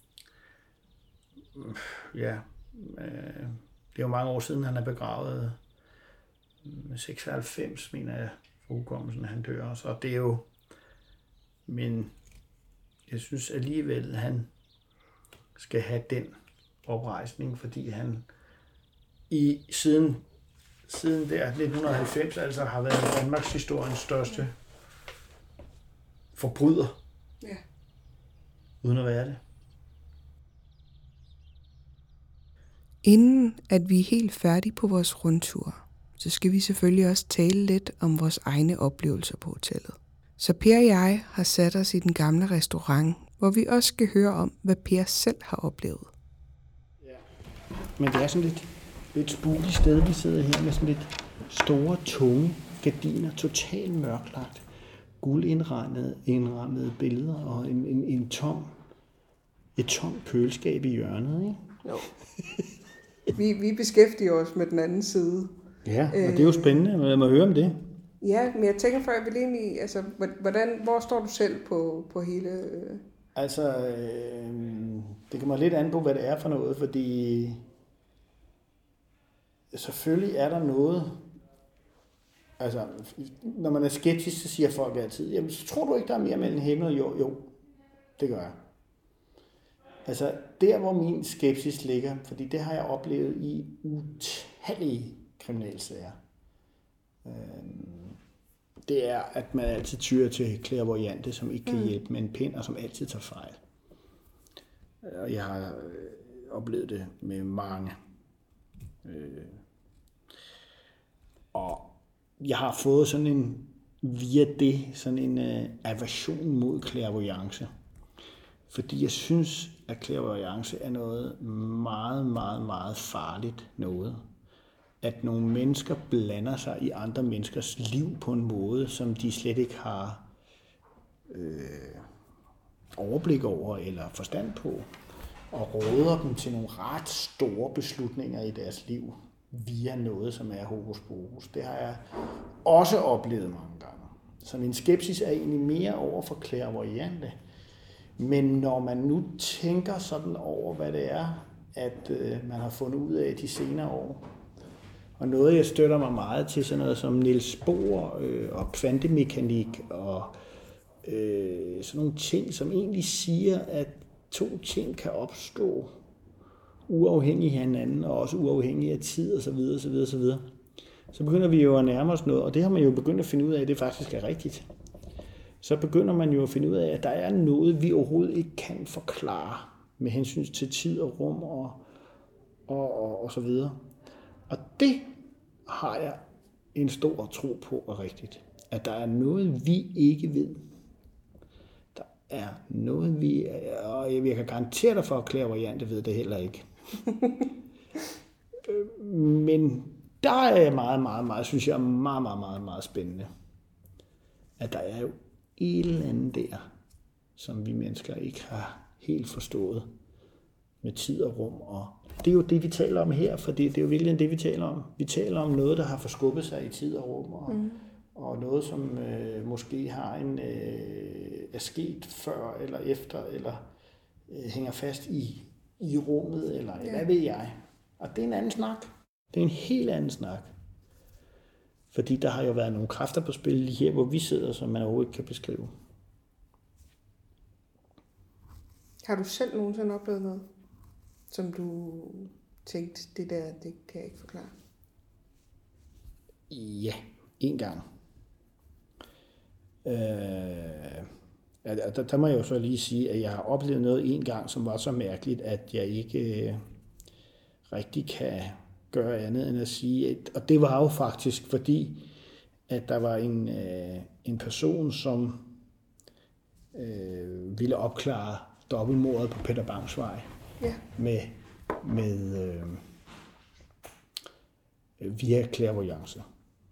Ja... Det er jo mange år siden, han er begravet. 96, mener jeg, for hukommelsen, han dør også. Og det er jo... Men jeg synes alligevel, han skal have den oprejsning, fordi han siden der 1990 altså har været Danmarks historiens største forbryder. Ja. Uden at være det. Inden at vi er helt færdige på vores rundtur, så skal vi selvfølgelig også tale lidt om vores egne oplevelser på hotellet. Så Per og jeg har sat os i den gamle restaurant, hvor vi også skal høre om, hvad Per selv har oplevet. Ja. Men det er sådan lidt spooky sted, vi sidder her med sådan lidt store, tunge gardiner, totalt mørklagt, guldindrammede billeder og et tomt køleskab i hjørnet, ikke? Jo. Vi beskæftiger os med den anden side. Ja, og det er jo spændende. Lad mig høre om det. Ja, men jeg tænker før, jeg vil egentlig, altså, hvor står du selv på hele... Altså, det kommer lidt an på, hvad det er for noget, fordi selvfølgelig er der noget, altså, når man er skeptisk, så siger folk altid, jamen, så tror du ikke, der er mere mellem himmel og jord? Jo, det gør jeg. Altså, der hvor min skepsis ligger, fordi det har jeg oplevet i utallige kriminalsager, det er, at man altid tyrer til clairvoyante, som ikke kan hjælpe med en pind, og som altid tager fejl. Og jeg har oplevet det med mange. Og jeg har fået via det sådan en aversion mod clairvoyance. Fordi jeg synes, at clairvoyance er noget meget, meget, meget farligt noget. At nogle mennesker blander sig i andre menneskers liv på en måde, som de slet ikke har overblik over eller forstand på, og råder dem til nogle ret store beslutninger i deres liv via noget, som er hokus pokus. Det har jeg også oplevet mange gange. Så min skepsis er egentlig mere over for clairvoyante. Men når man nu tænker sådan over, hvad det er, at man har fundet ud af de senere år, og noget, jeg støtter mig meget til, sådan noget som Niels Bohr og kvantemekanik og sådan nogle ting, som egentlig siger, at to ting kan opstå uafhængig af hinanden, og også uafhængig af tid osv. osv. Så begynder vi jo at nærme os noget, og det har man jo begyndt at finde ud af, at det faktisk er rigtigt. Så begynder man jo at finde ud af, at der er noget, vi overhovedet ikke kan forklare med hensyn til tid og rum og så videre. Og det har jeg en stor tro på er rigtigt. At der er noget, vi ikke ved. Der er noget, og jeg kan garantere dig for, at clairvoyante ved det heller ikke. Men der er jeg meget, meget, meget, synes jeg er meget, meget, meget, meget spændende. At der er jo et eller andet der, som vi mennesker ikke har helt forstået med tid og rum. Og det er jo det, vi taler om her, for det er jo virkelig det, vi taler om. Vi taler om noget, der har forskubbet sig i tid og rum, og noget, som måske har er sket før eller efter, eller hænger fast i rummet, eller hvad ved jeg. Og det er en anden snak. Det er en helt anden snak. Fordi der har jo været nogle kræfter på spil lige her, hvor vi sidder, som man overhovedet ikke kan beskrive. Har du selv nogensinde oplevet noget, som du tænkte, det kan jeg ikke forklare? Ja, en gang. Der må jeg jo så lige sige, at jeg har oplevet noget en gang, som var så mærkeligt, at jeg ikke rigtig kan gøre andet end at sige, og det var jo faktisk fordi, at der var en person, som ville opklare dobbeltmordet på Peter Bangs Vej med via clairvoyance.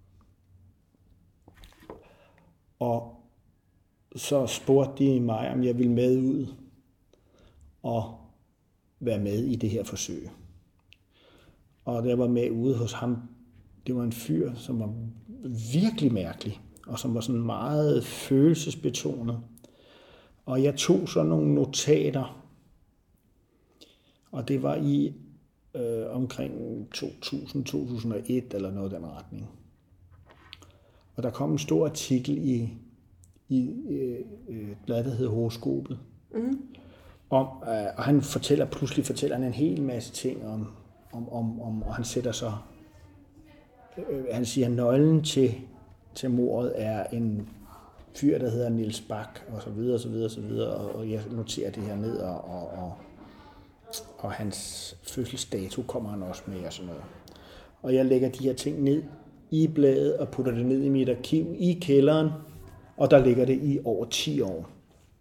Og så spurgte de mig, om jeg ville med ud og være med i det her forsøg. Og da jeg var med ude hos ham, det var en fyr, som var virkelig mærkelig, og som var sådan meget følelsesbetonet. Og jeg tog så nogle notater, og det var i omkring 2000-2001 eller noget i den retning. Og der kom en stor artikel i et blad, der hed Horoskopet. og han pludselig fortæller han en hel masse ting om og han sætter så, han siger, at nøglen til mordet er en fyr, der hedder Niels Bak, og så videre, og så videre, og så videre, og jeg noterer det her ned, og hans fødselsdato kommer han også med, og sådan noget. Og jeg lægger de her ting ned i bladet, og putter det ned i mit arkiv i kælderen, og der ligger det i over 10 år.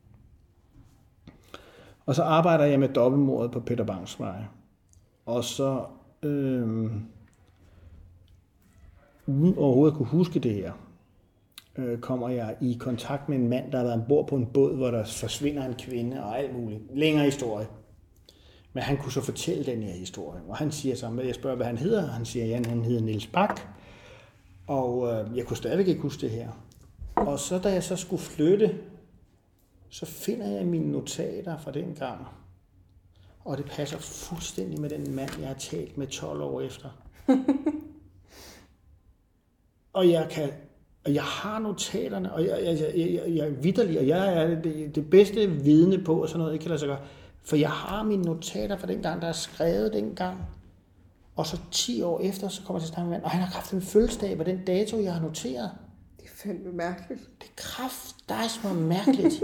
Og så arbejder jeg med dobbeltmordet på Peter Bangs Vej. Og så, uden overhovedet at kunne huske det her, kommer jeg i kontakt med en mand, der har været ombord på en båd, hvor der forsvinder en kvinde og alt muligt. Længere historie. Men han kunne så fortælle den her historie. Og han siger så, jeg spørger, hvad han hedder. Han siger, ja, han hedder Niels Bak. Og jeg kunne stadigvæk ikke huske det her. Og så da jeg så skulle flytte, så finder jeg mine notater fra den gang. Og det passer fuldstændig med den mand, jeg har talt med 12 år efter. Og jeg har notaterne, og jeg er vitterlig, og jeg er det bedste vidne på, og sådan noget, ikke kan lade sig gøre. For jeg har mine notater fra den gang, der er skrevet dengang. Og så 10 år efter, så kommer jeg til at snakke med mand, og han har haft en fødselsdag på den dato, jeg har noteret. Det er fandme mærkeligt. Det er som mærkeligt.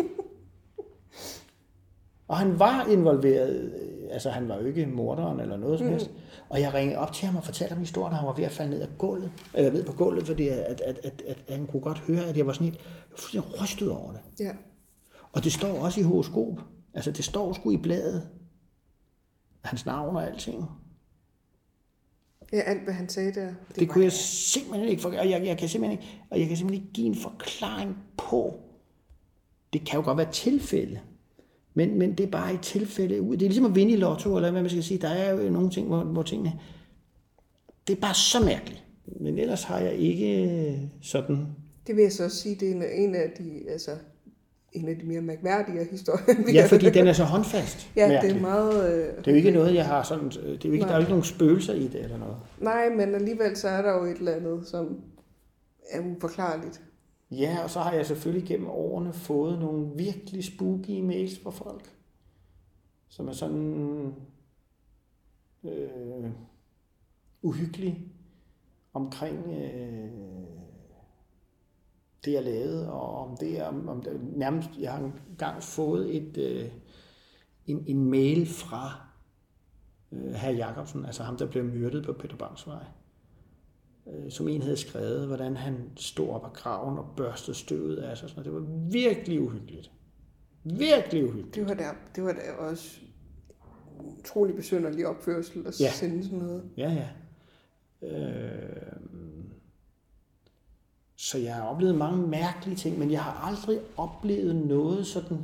Og han var involveret, altså han var jo ikke morderen eller noget som helst. Og jeg ringede op til ham og fortalte ham historien, og han var ved at falde ned på gulvet, fordi at han kunne godt høre, at jeg var sådan helt fuldstændig rystet over det. Ja. Og det står også i horoskop. Altså det står sgu i bladet. Hans navn og alting. Ja, alt hvad han sagde der. Det kunne jeg simpelthen ikke forklare. Jeg kan simpelthen ikke give en forklaring på. Det kan jo godt være et tilfælde. Men det er bare et tilfælde. Det er ligesom at vinde i lotto, eller hvad man skal sige. Der er jo nogle ting, hvor tingene... Det er bare så mærkeligt. Men ellers har jeg ikke sådan... Det vil jeg så også sige, det er en af de mere mærkværdige historier. Ja, fordi den er så håndfast. Ja, mærkelig. Det er meget... Det er jo ikke noget, jeg har sådan... Der er jo ikke nogen spøgelser i det eller noget. Nej, men alligevel så er der jo et eller andet, som er uforklarligt. Ja, og så har jeg selvfølgelig gennem årene fået nogle virkelig spooky mails fra folk, som er sådan uhyggelige omkring det, jeg lavede, og om det, nærmest, jeg har engang fået en mail fra hr. Jacobsen, altså ham, der blev myrdet på Peter Bangs Vej, som en havde skrevet, hvordan han stod op af graven og børstede støvet af sig. Det var virkelig uhyggeligt. Virkelig uhyggeligt. Det var da også utrolig besynderlig opførsel at sende sådan noget. Ja. Så jeg har oplevet mange mærkelige ting, men jeg har aldrig oplevet noget sådan...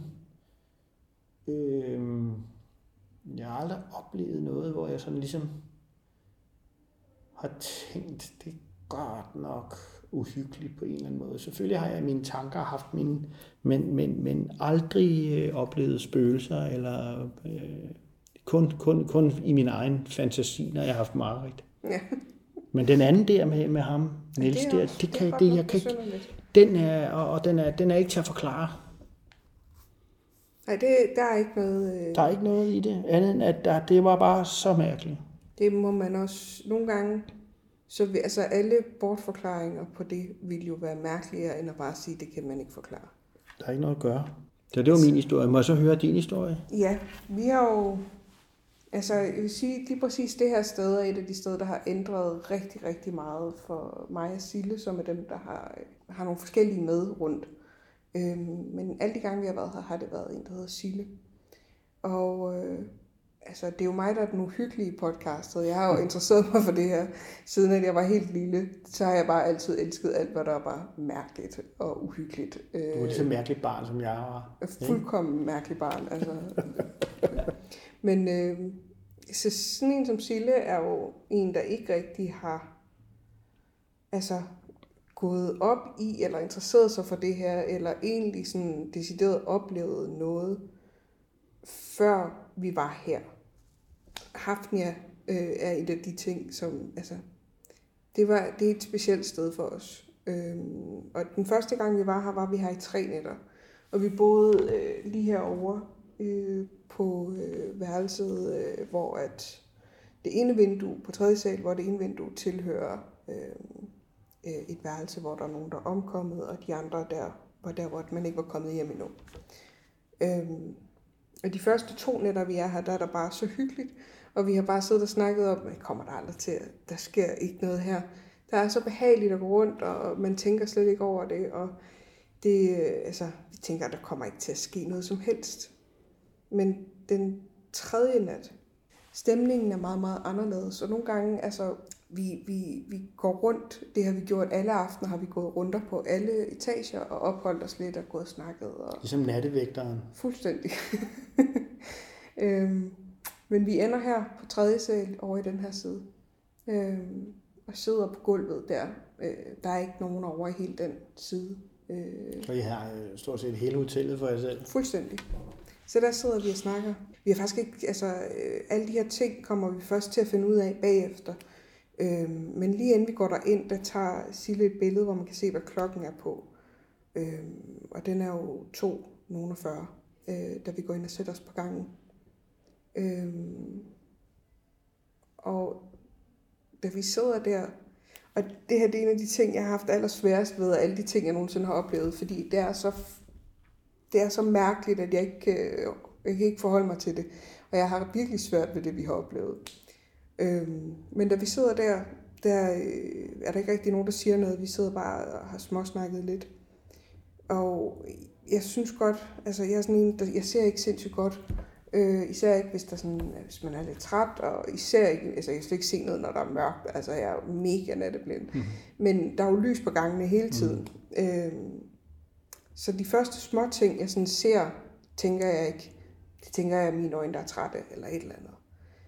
Jeg har aldrig oplevet noget, hvor jeg sådan ligesom har tænkt, det er godt nok uhyggeligt på en eller anden måde. Selvfølgelig har jeg mine tanker haft mine, men aldrig oplevet spøgelser, eller kun i min egen fantasi, når jeg har haft mareridt. Ja. Men den anden der med ham, Niels, den er ikke til at forklare. Nej, der er ikke noget... Der er ikke noget i det, andet end at det var bare så mærkeligt. Det må man også nogle gange... Så alle bortforklaringer på det vil jo være mærkeligere, end at bare sige, det kan man ikke forklare. Der er ikke noget at gøre. Så det var min historie. Må jeg så høre din historie? Ja, vi har jo... Altså, jeg vil sige, lige præcis det her sted er et af de steder, der har ændret rigtig, rigtig meget for mig og Sille, som er dem, der har nogle forskellige med rundt. Men alle de gange, vi har været her, har det været en, der hedder Sille. Og det er jo mig, der er den uhyggelige podcastet. Jeg har jo interesseret mig for det her, siden at jeg var helt lille. Så har jeg bare altid elsket alt, hvad der var mærkeligt og uhyggeligt. Du er lige så mærkeligt barn, som jeg var. Fuldkommen mærkeligt barn. Altså. Men så sådan en som Sille er jo en, der ikke rigtig har gået op i, eller interesseret sig for det her, eller egentlig sådan decideret oplevet noget, før vi var her. Hafnia er et af de ting, som, det er et specielt sted for os. Og den første gang vi var her, var vi her i 3 nætter. Og vi boede lige herovre på værelset, hvor at det ene vindue på 3. sal, hvor det ene vindue tilhører et værelse, hvor der er nogen, der er omkommet, og de andre hvor man ikke var kommet hjem endnu. Og de første 2 nætter, vi er her, der er der bare så hyggeligt, og vi har bare siddet og snakket om, at kommer der aldrig til, der sker ikke noget her. Der er så behageligt at gå rundt, og man tænker slet ikke over det, og det, vi tænker, at der kommer ikke til at ske noget som helst. Men den 3. nat, stemningen er meget, meget anderledes, og nogle gange, vi går rundt, det har vi gjort alle aftener, har vi gået runder på alle etager, og opholdt os lidt og gået og snakket. Og ligesom nattevægteren. Fuldstændig. Men vi ender her på 3. sal over i den her side, og sidder på gulvet der. Der er ikke nogen over i hele den side. Så I har stort set hele hotellet for jer selv? Fuldstændig. Så der sidder vi og snakker. Vi har faktisk ikke, alle de her ting kommer vi først til at finde ud af bagefter. Men lige inden vi går derind, der tager Sille et billede, hvor man kan se, hvad klokken er på. Og den er jo 2:40, da vi går ind og sætter os på gangen. Og da vi sidder der, og det her det er en af de ting, jeg har haft allersværest ved, og alle de ting, jeg nogensinde har oplevet, fordi det er så mærkeligt, at jeg kan ikke forholde mig til det. Og jeg har virkelig svært ved det, vi har oplevet. Men da vi sidder der er der ikke rigtig nogen, der siger noget. Vi sidder bare og har småsnakket lidt. Og jeg synes godt, jeg er sådan en, jeg ser ikke sindssygt godt. Især ikke, hvis man er lidt træt, og især ikke, jeg kan slet ikke se noget, når der er mørkt. Jeg er mega natteblind. Mm-hmm. Men der er jo lys på gangene hele tiden. Så de første små ting, jeg sådan ser, tænker jeg ikke. Det tænker jeg, at mine øjne, der er trætte, eller et eller andet.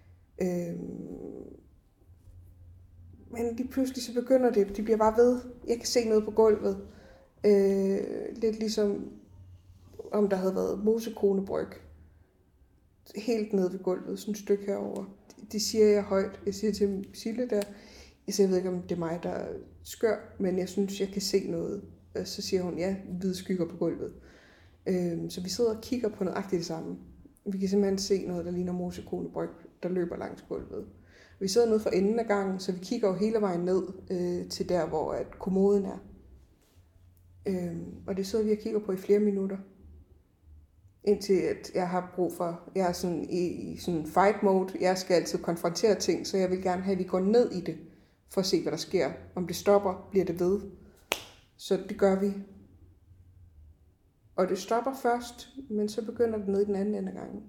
Men lige pludselig så begynder det, de bliver bare ved. Jeg kan se noget på gulvet. Lidt ligesom, om der havde været mosekonebryg. Helt nede ved gulvet, sådan et stykke herover. Det siger jeg højt. Jeg siger til Sille der, jeg ved ikke, om det er mig, der er skør, men jeg synes, jeg kan se noget. Så siger hun, ja, hvide skygger på gulvet. Så vi sidder og kigger på nøjagtigt det samme. Vi kan simpelthen se noget, der ligner mosekonebryg, der løber langs gulvet. Vi sidder nede for enden af gangen, så vi kigger jo hele vejen ned til der, hvor at kommoden er. Og det sidder vi og kigger på i flere minutter. Indtil at jeg har brug for, jeg er sådan i sådan fight mode, jeg skal altid konfrontere ting, så jeg vil gerne have, at vi går ned i det, for at se, hvad der sker. Om det stopper, bliver det ved. Så det gør vi. Og det stopper først, men så begynder det ned i den anden ende af gangen.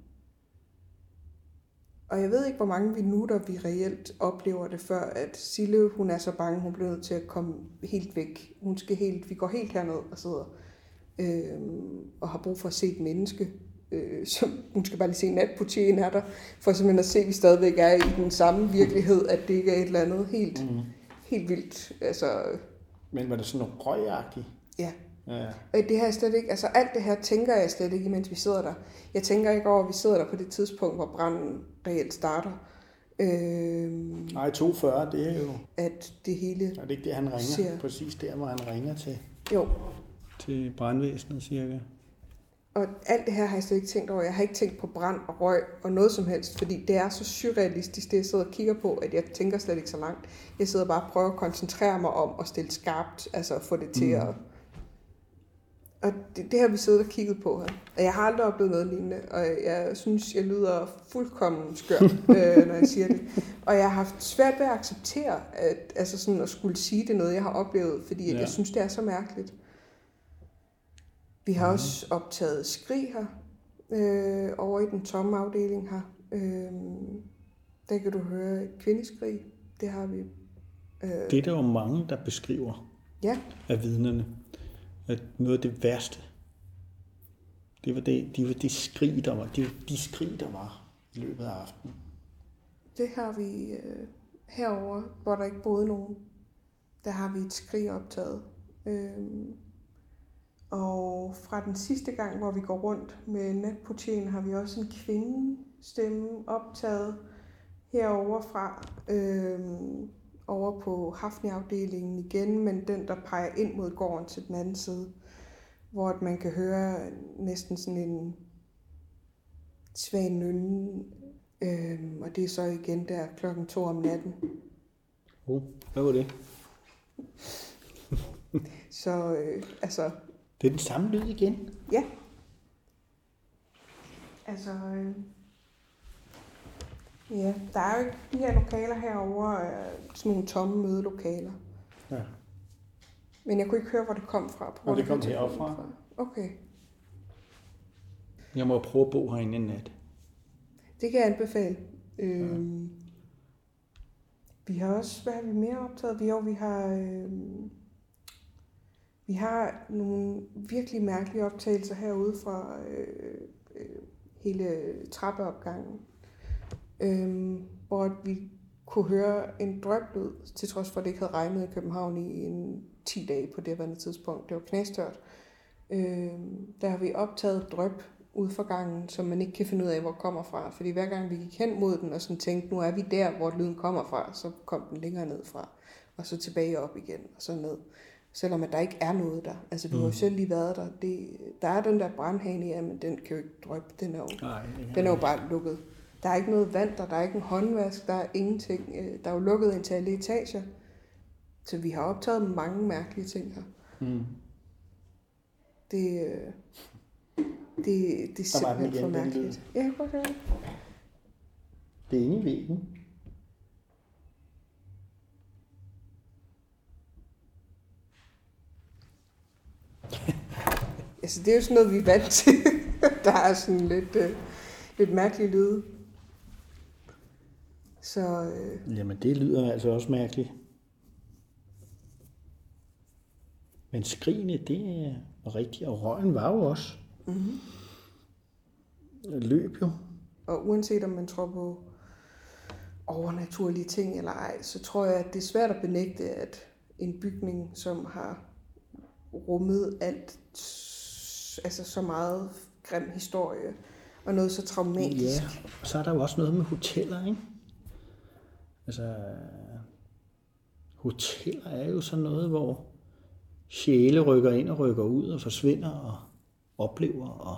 Og jeg ved ikke, hvor mange minutter vi reelt oplever det, før at Sille, hun er så bange, hun bliver nødt til at komme helt væk. Vi går helt herned og sidder og har brug for at se et menneske. Så hun skal bare lige se, at natportieren er der, for simpelthen at se, at vi stadigvæk er i den samme virkelighed, at det ikke er et eller andet helt vildt. Men var det sådan noget røgagtigt? Ja. Det her slet ikke, alt det her tænker jeg slet ikke, mens vi sidder der. Jeg tænker ikke over, at vi sidder der på det tidspunkt, hvor branden reelt starter. Nej, 2:40, det er jo... At det hele... Er det ikke det, han ringer? Præcis der, hvor han ringer til? Jo. Til brandvæsenet, cirka. Og alt det her har jeg slet ikke tænkt over. Jeg har ikke tænkt på brand og røg og noget som helst, fordi det er så surrealistisk, det jeg sidder og kigger på, at jeg tænker slet ikke så langt. Jeg sidder bare og prøver at koncentrere mig om at stille skarpt, få det til at... Og det har vi siddet og kigget på her. Og jeg har aldrig oplevet noget lignende, og jeg synes, jeg lyder fuldkommen skør, når jeg siger det. Og jeg har haft svært ved at acceptere, at skulle sige det noget, jeg har oplevet, fordi jeg synes, det er så mærkeligt. Vi har også optaget skrig her, over i den tomme afdeling her. Der kan du høre et kvindeskrig. Det har vi. Det er der jo mange, der beskriver af vidnerne. At noget af det værste, det var de skrig, der var. Det var de skrig, der var i løbet af aftenen. Det har vi herover, hvor der ikke boede nogen. Der har vi et skrig optaget. Og fra den sidste gang, hvor vi går rundt med natportieren, har vi også en kvindestemme optaget herover fra. Over på Hafni-afdelingen igen, men den, der peger ind mod gården til den anden side, hvor man kan høre næsten sådan svag nynne, og det er så igen der 2:00 om natten. Hvad var det? Så altså... Det er den samme lyd igen? Ja. Altså... ja, der er jo ikke de her lokaler herovre, sådan nogle tomme mødelokaler. Ja. Men jeg kunne ikke høre, hvor det kom fra. Og det kom heroppe fra? Okay. Jeg må prøve at bo herinde en nat. Det kan jeg anbefale. Vi har også, hvad har vi mere optaget? Vi har nogle virkelig mærkelige optagelser herude fra hele trappeopgangen, hvor vi kunne høre en drøblyd, til trods for, at det ikke havde regnet i København i 10 dage på det andet tidspunkt. Det var knastørt. Der har vi optaget drøb ude for gangen, som man ikke kan finde ud af, hvor kommer fra. Fordi hver gang vi gik hen mod den og sådan tænkte, nu er vi der, hvor lyden kommer fra, så kom den længere ned fra. Og så tilbage op igen, og så ned. Selvom at der ikke er noget der. Altså, du har jo selv lige været der. Der er den der brandhane i, men den kan jo ikke drøbe. Den er jo bare lukket. Der er ikke noget vand der er ikke en håndvask, der er ingenting. Der er jo lukket ind til alle etager. Så vi har optaget mange mærkelige ting her. Det er simpelthen for mærkeligt. Ja, jeg kan godt høre det. Det er inde i væggen. Altså, det er jo sådan noget, vi er vant til. Der er sådan lidt mærkelige lyde. Så... Jamen, det lyder altså også mærkeligt. Men skrigene, det er rigtigt, og røgen var jo også. Mm-hmm. Løb jo. Og uanset om man tror på overnaturlige ting eller ej, så tror jeg, at det er svært at benægte, at en bygning, som har rummet alt, altså så meget grim historie, og noget så traumatisk. Ja, og så er der jo også noget med hoteller, ikke? Altså, hoteller er jo sådan noget, hvor sjæle rykker ind og rykker ud og forsvinder og oplever og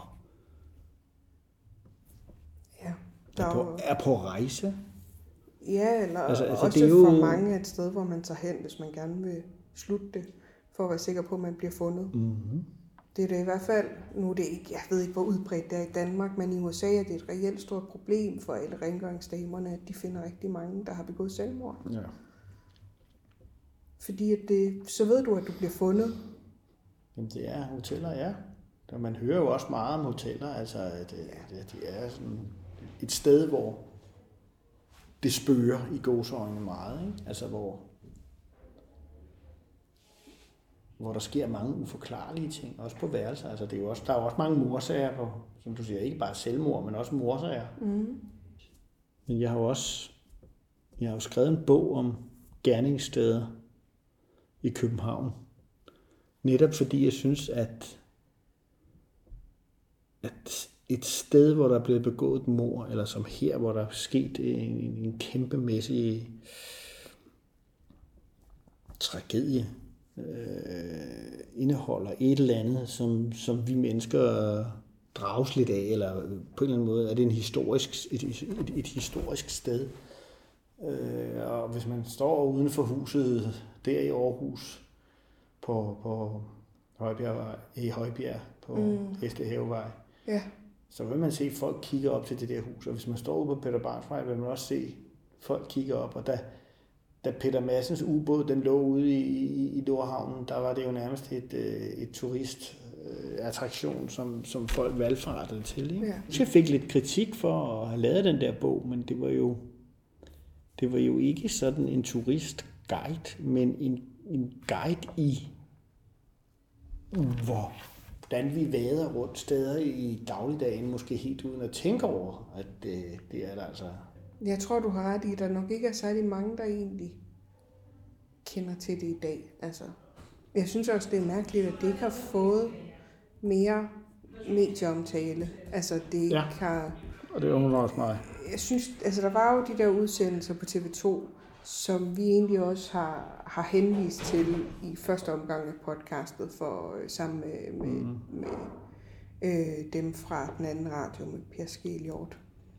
er på rejse. Ja, eller altså også det er jo... for mange et sted, hvor man tager hen, hvis man gerne vil slutte det, for at være sikker på, at man bliver fundet. Mm-hmm. Det er det i hvert fald, nu er det ikke, jeg ved ikke, hvor udbredt det er i Danmark, men i USA er det et reelt stort problem for alle rengøringsdamerne, at de finder rigtig mange, der har begået selvmord. Ja. Fordi at så ved du, at du bliver fundet. Jamen det er hoteller, ja. Man hører jo også meget om hoteller, altså at det er sådan et sted, hvor det spøger i gåseøjne meget, ikke? Altså hvor der sker mange uforklarlige ting, også på værelser. Altså det er jo også, der er jo også mange mordsager på, som du siger, ikke bare selvmord, men også mordsager. Mm. Men jeg har jo skrevet en bog om gerningssteder i København. Netop fordi jeg synes, at et sted, hvor der er blevet begået et mord, eller som her, hvor der er sket en kæmpemæssig tragedie, indeholder et eller andet, som vi mennesker drages lidt af, eller på en eller anden måde er det et historisk sted. Og hvis man står uden for huset der i Aarhus på Højbjerg på Hestehavevej, så vil man se folk kigge op til det der hus. Og hvis man står ude på Peter Barnsvej, vil man også se folk kigge op. Og da Peter Madsens ubåd den lå ude i Nordhavnen, der var det jo nærmest et turistattraktion, som folk valgfartede til. Ikke? Ja. Jeg fik lidt kritik for at have lavet den der bog, men det var jo ikke sådan en turistguide, men en guide i hvordan vi vader rundt steder i dagligdagen, måske helt uden at tænke over, at det er der altså. Jeg tror, du har ret i, at der nok ikke er særlig mange, der egentlig kender til det i dag. Altså, jeg synes også, det er mærkeligt, at det ikke har fået mere medieomtale. Altså, det ikke har... Og det undrer også mig. Jeg synes, altså der var jo de der udsendelser på TV2, som vi egentlig også har henvist til i første omgang af podcastet sammen med Dem fra den anden radio med Per Skeljort.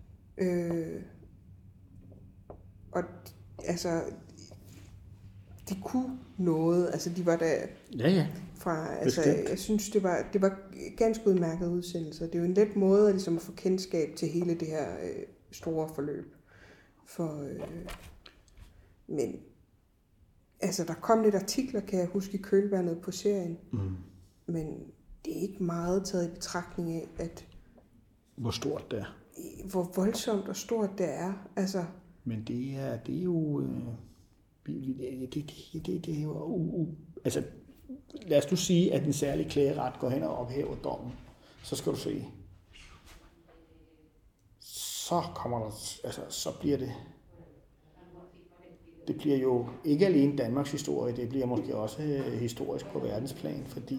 Og altså, de kunne noget. Altså, de var der Ja. fra, altså, jeg synes, det var ganske udmærket udsendelser. Det er jo en let måde ligesom, at få kendskab til hele det her store forløb. Men altså, der kom lidt artikler, kan jeg huske, i kølvandet på serien. Men det er ikke meget taget i betragtning af, at hvor stort det er. Hvor voldsomt og stort det er. Altså. Men det er jo... Det er jo... Altså, lad os nu sige, at en særlig klageret går hen og ophæver dommen. Så skal du se. Så kommer der... Altså, så bliver det... Det bliver jo ikke alene Danmarks historie, det bliver måske også historisk på verdensplan, fordi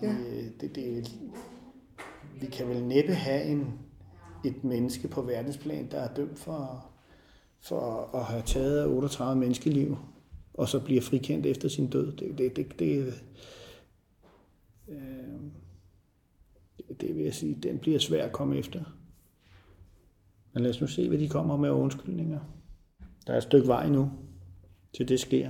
vi kan vel næppe have et menneske på verdensplan, der er dømt for at have taget 38 menneskeliv, og så bliver frikendt efter sin død. Det vil jeg sige, den bliver svær at komme efter. Men lad os nu se, hvad de kommer med undskyldninger. Der er et stykke vej nu, til det sker.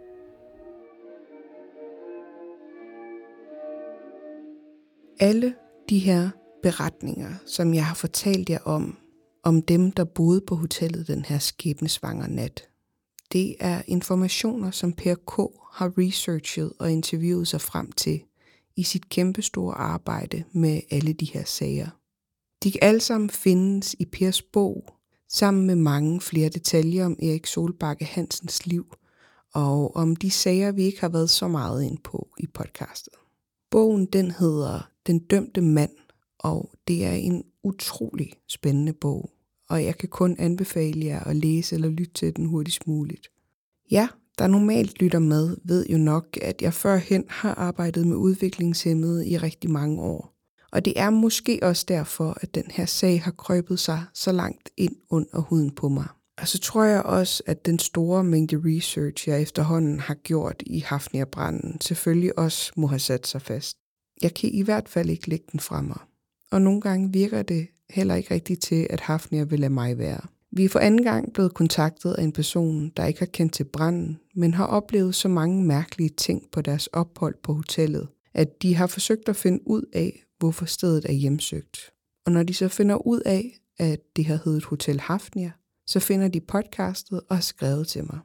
Alle de her beretninger, som jeg har fortalt jer om dem, der boede på hotellet den her skæbnesvangre nat, det er informationer, som Per K. har researchet og interviewet sig frem til i sit kæmpestore arbejde med alle de her sager. De kan alle sammen findes i Pers bog, sammen med mange flere detaljer om Erik Solbakke Hansens liv, og om de sager, vi ikke har været så meget ind på i podcastet. Bogen, den hedder Den dømte mand, og det er en utrolig spændende bog, og jeg kan kun anbefale jer at læse eller lytte til den hurtigst muligt. Ja, der normalt lytter med, ved jo nok, at jeg førhen har arbejdet med udviklingshæmmede i rigtig mange år. Og det er måske også derfor, at den her sag har krøbet sig så langt ind under huden på mig. Og så tror jeg også, at den store mængde research, jeg efterhånden har gjort i Hafnia-branden, selvfølgelig også må have sat sig fast. Jeg kan i hvert fald ikke lægge den fra mig. Og nogle gange virker det heller ikke rigtigt til, at Hafnia vil lade mig være. Vi er for anden gang blevet kontaktet af en person, der ikke har kendt til branden, men har oplevet så mange mærkelige ting på deres ophold på hotellet, at de har forsøgt at finde ud af, hvorfor stedet er hjemsøgt. Og når de så finder ud af, at det har heddet Hotel Hafnia, så finder de podcastet og har skrevet til mig.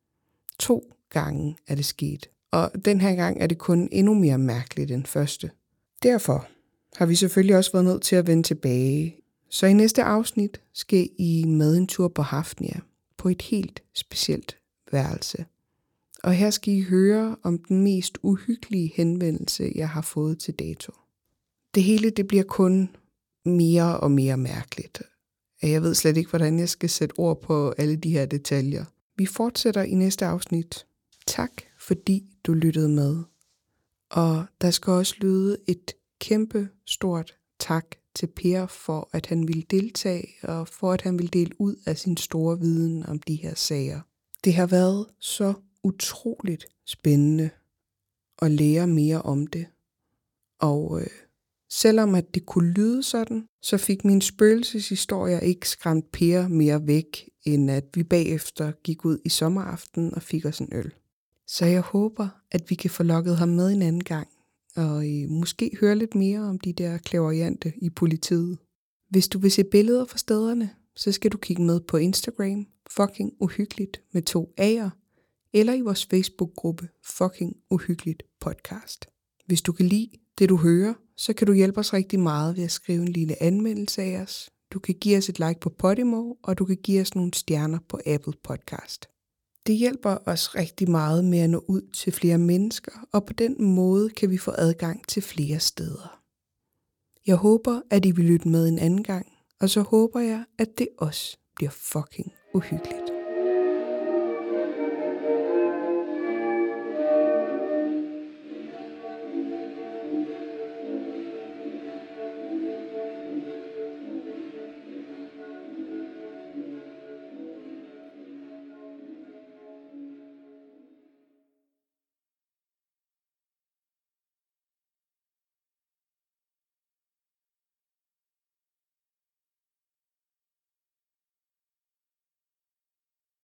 2 gange er det sket, og den her gang er det kun endnu mere mærkeligt end første. Derfor har vi selvfølgelig også været nødt til at vende tilbage. Så i næste afsnit skal I med en tur på Hafnia på et helt specielt værelse. Og her skal I høre om den mest uhyggelige henvendelse, jeg har fået til dato. Det hele det bliver kun mere og mere mærkeligt. Jeg ved slet ikke, hvordan jeg skal sætte ord på alle de her detaljer. Vi fortsætter i næste afsnit. Tak, fordi du lyttede med. Og der skal også lyde et kæmpe stort tak til Per for, at han ville deltage og for, at han ville dele ud af sin store viden om de her sager. Det har været så utroligt spændende at lære mere om det. Og selvom at det kunne lyde sådan, så fik min spøgelseshistorier ikke skræmt Per mere væk, end at vi bagefter gik ud i sommeraften og fik os en øl. Så jeg håber, at vi kan få lokket ham med en anden gang, og måske høre lidt mere om de der clairvoyante i politiet. Hvis du vil se billeder fra stederne, så skal du kigge med på Instagram, Fucking Uhyggeligt med 2 A'er, eller i vores Facebook-gruppe Fucking Uhyggeligt Podcast. Hvis du kan lide det, du hører, så kan du hjælpe os rigtig meget ved at skrive en lille anmeldelse af os. Du kan give os et like på Podimo, og du kan give os nogle stjerner på Apple Podcast. Det hjælper os rigtig meget med at nå ud til flere mennesker, og på den måde kan vi få adgang til flere steder. Jeg håber, at I vil lytte med en anden gang, og så håber jeg, at det også bliver fucking uhyggeligt.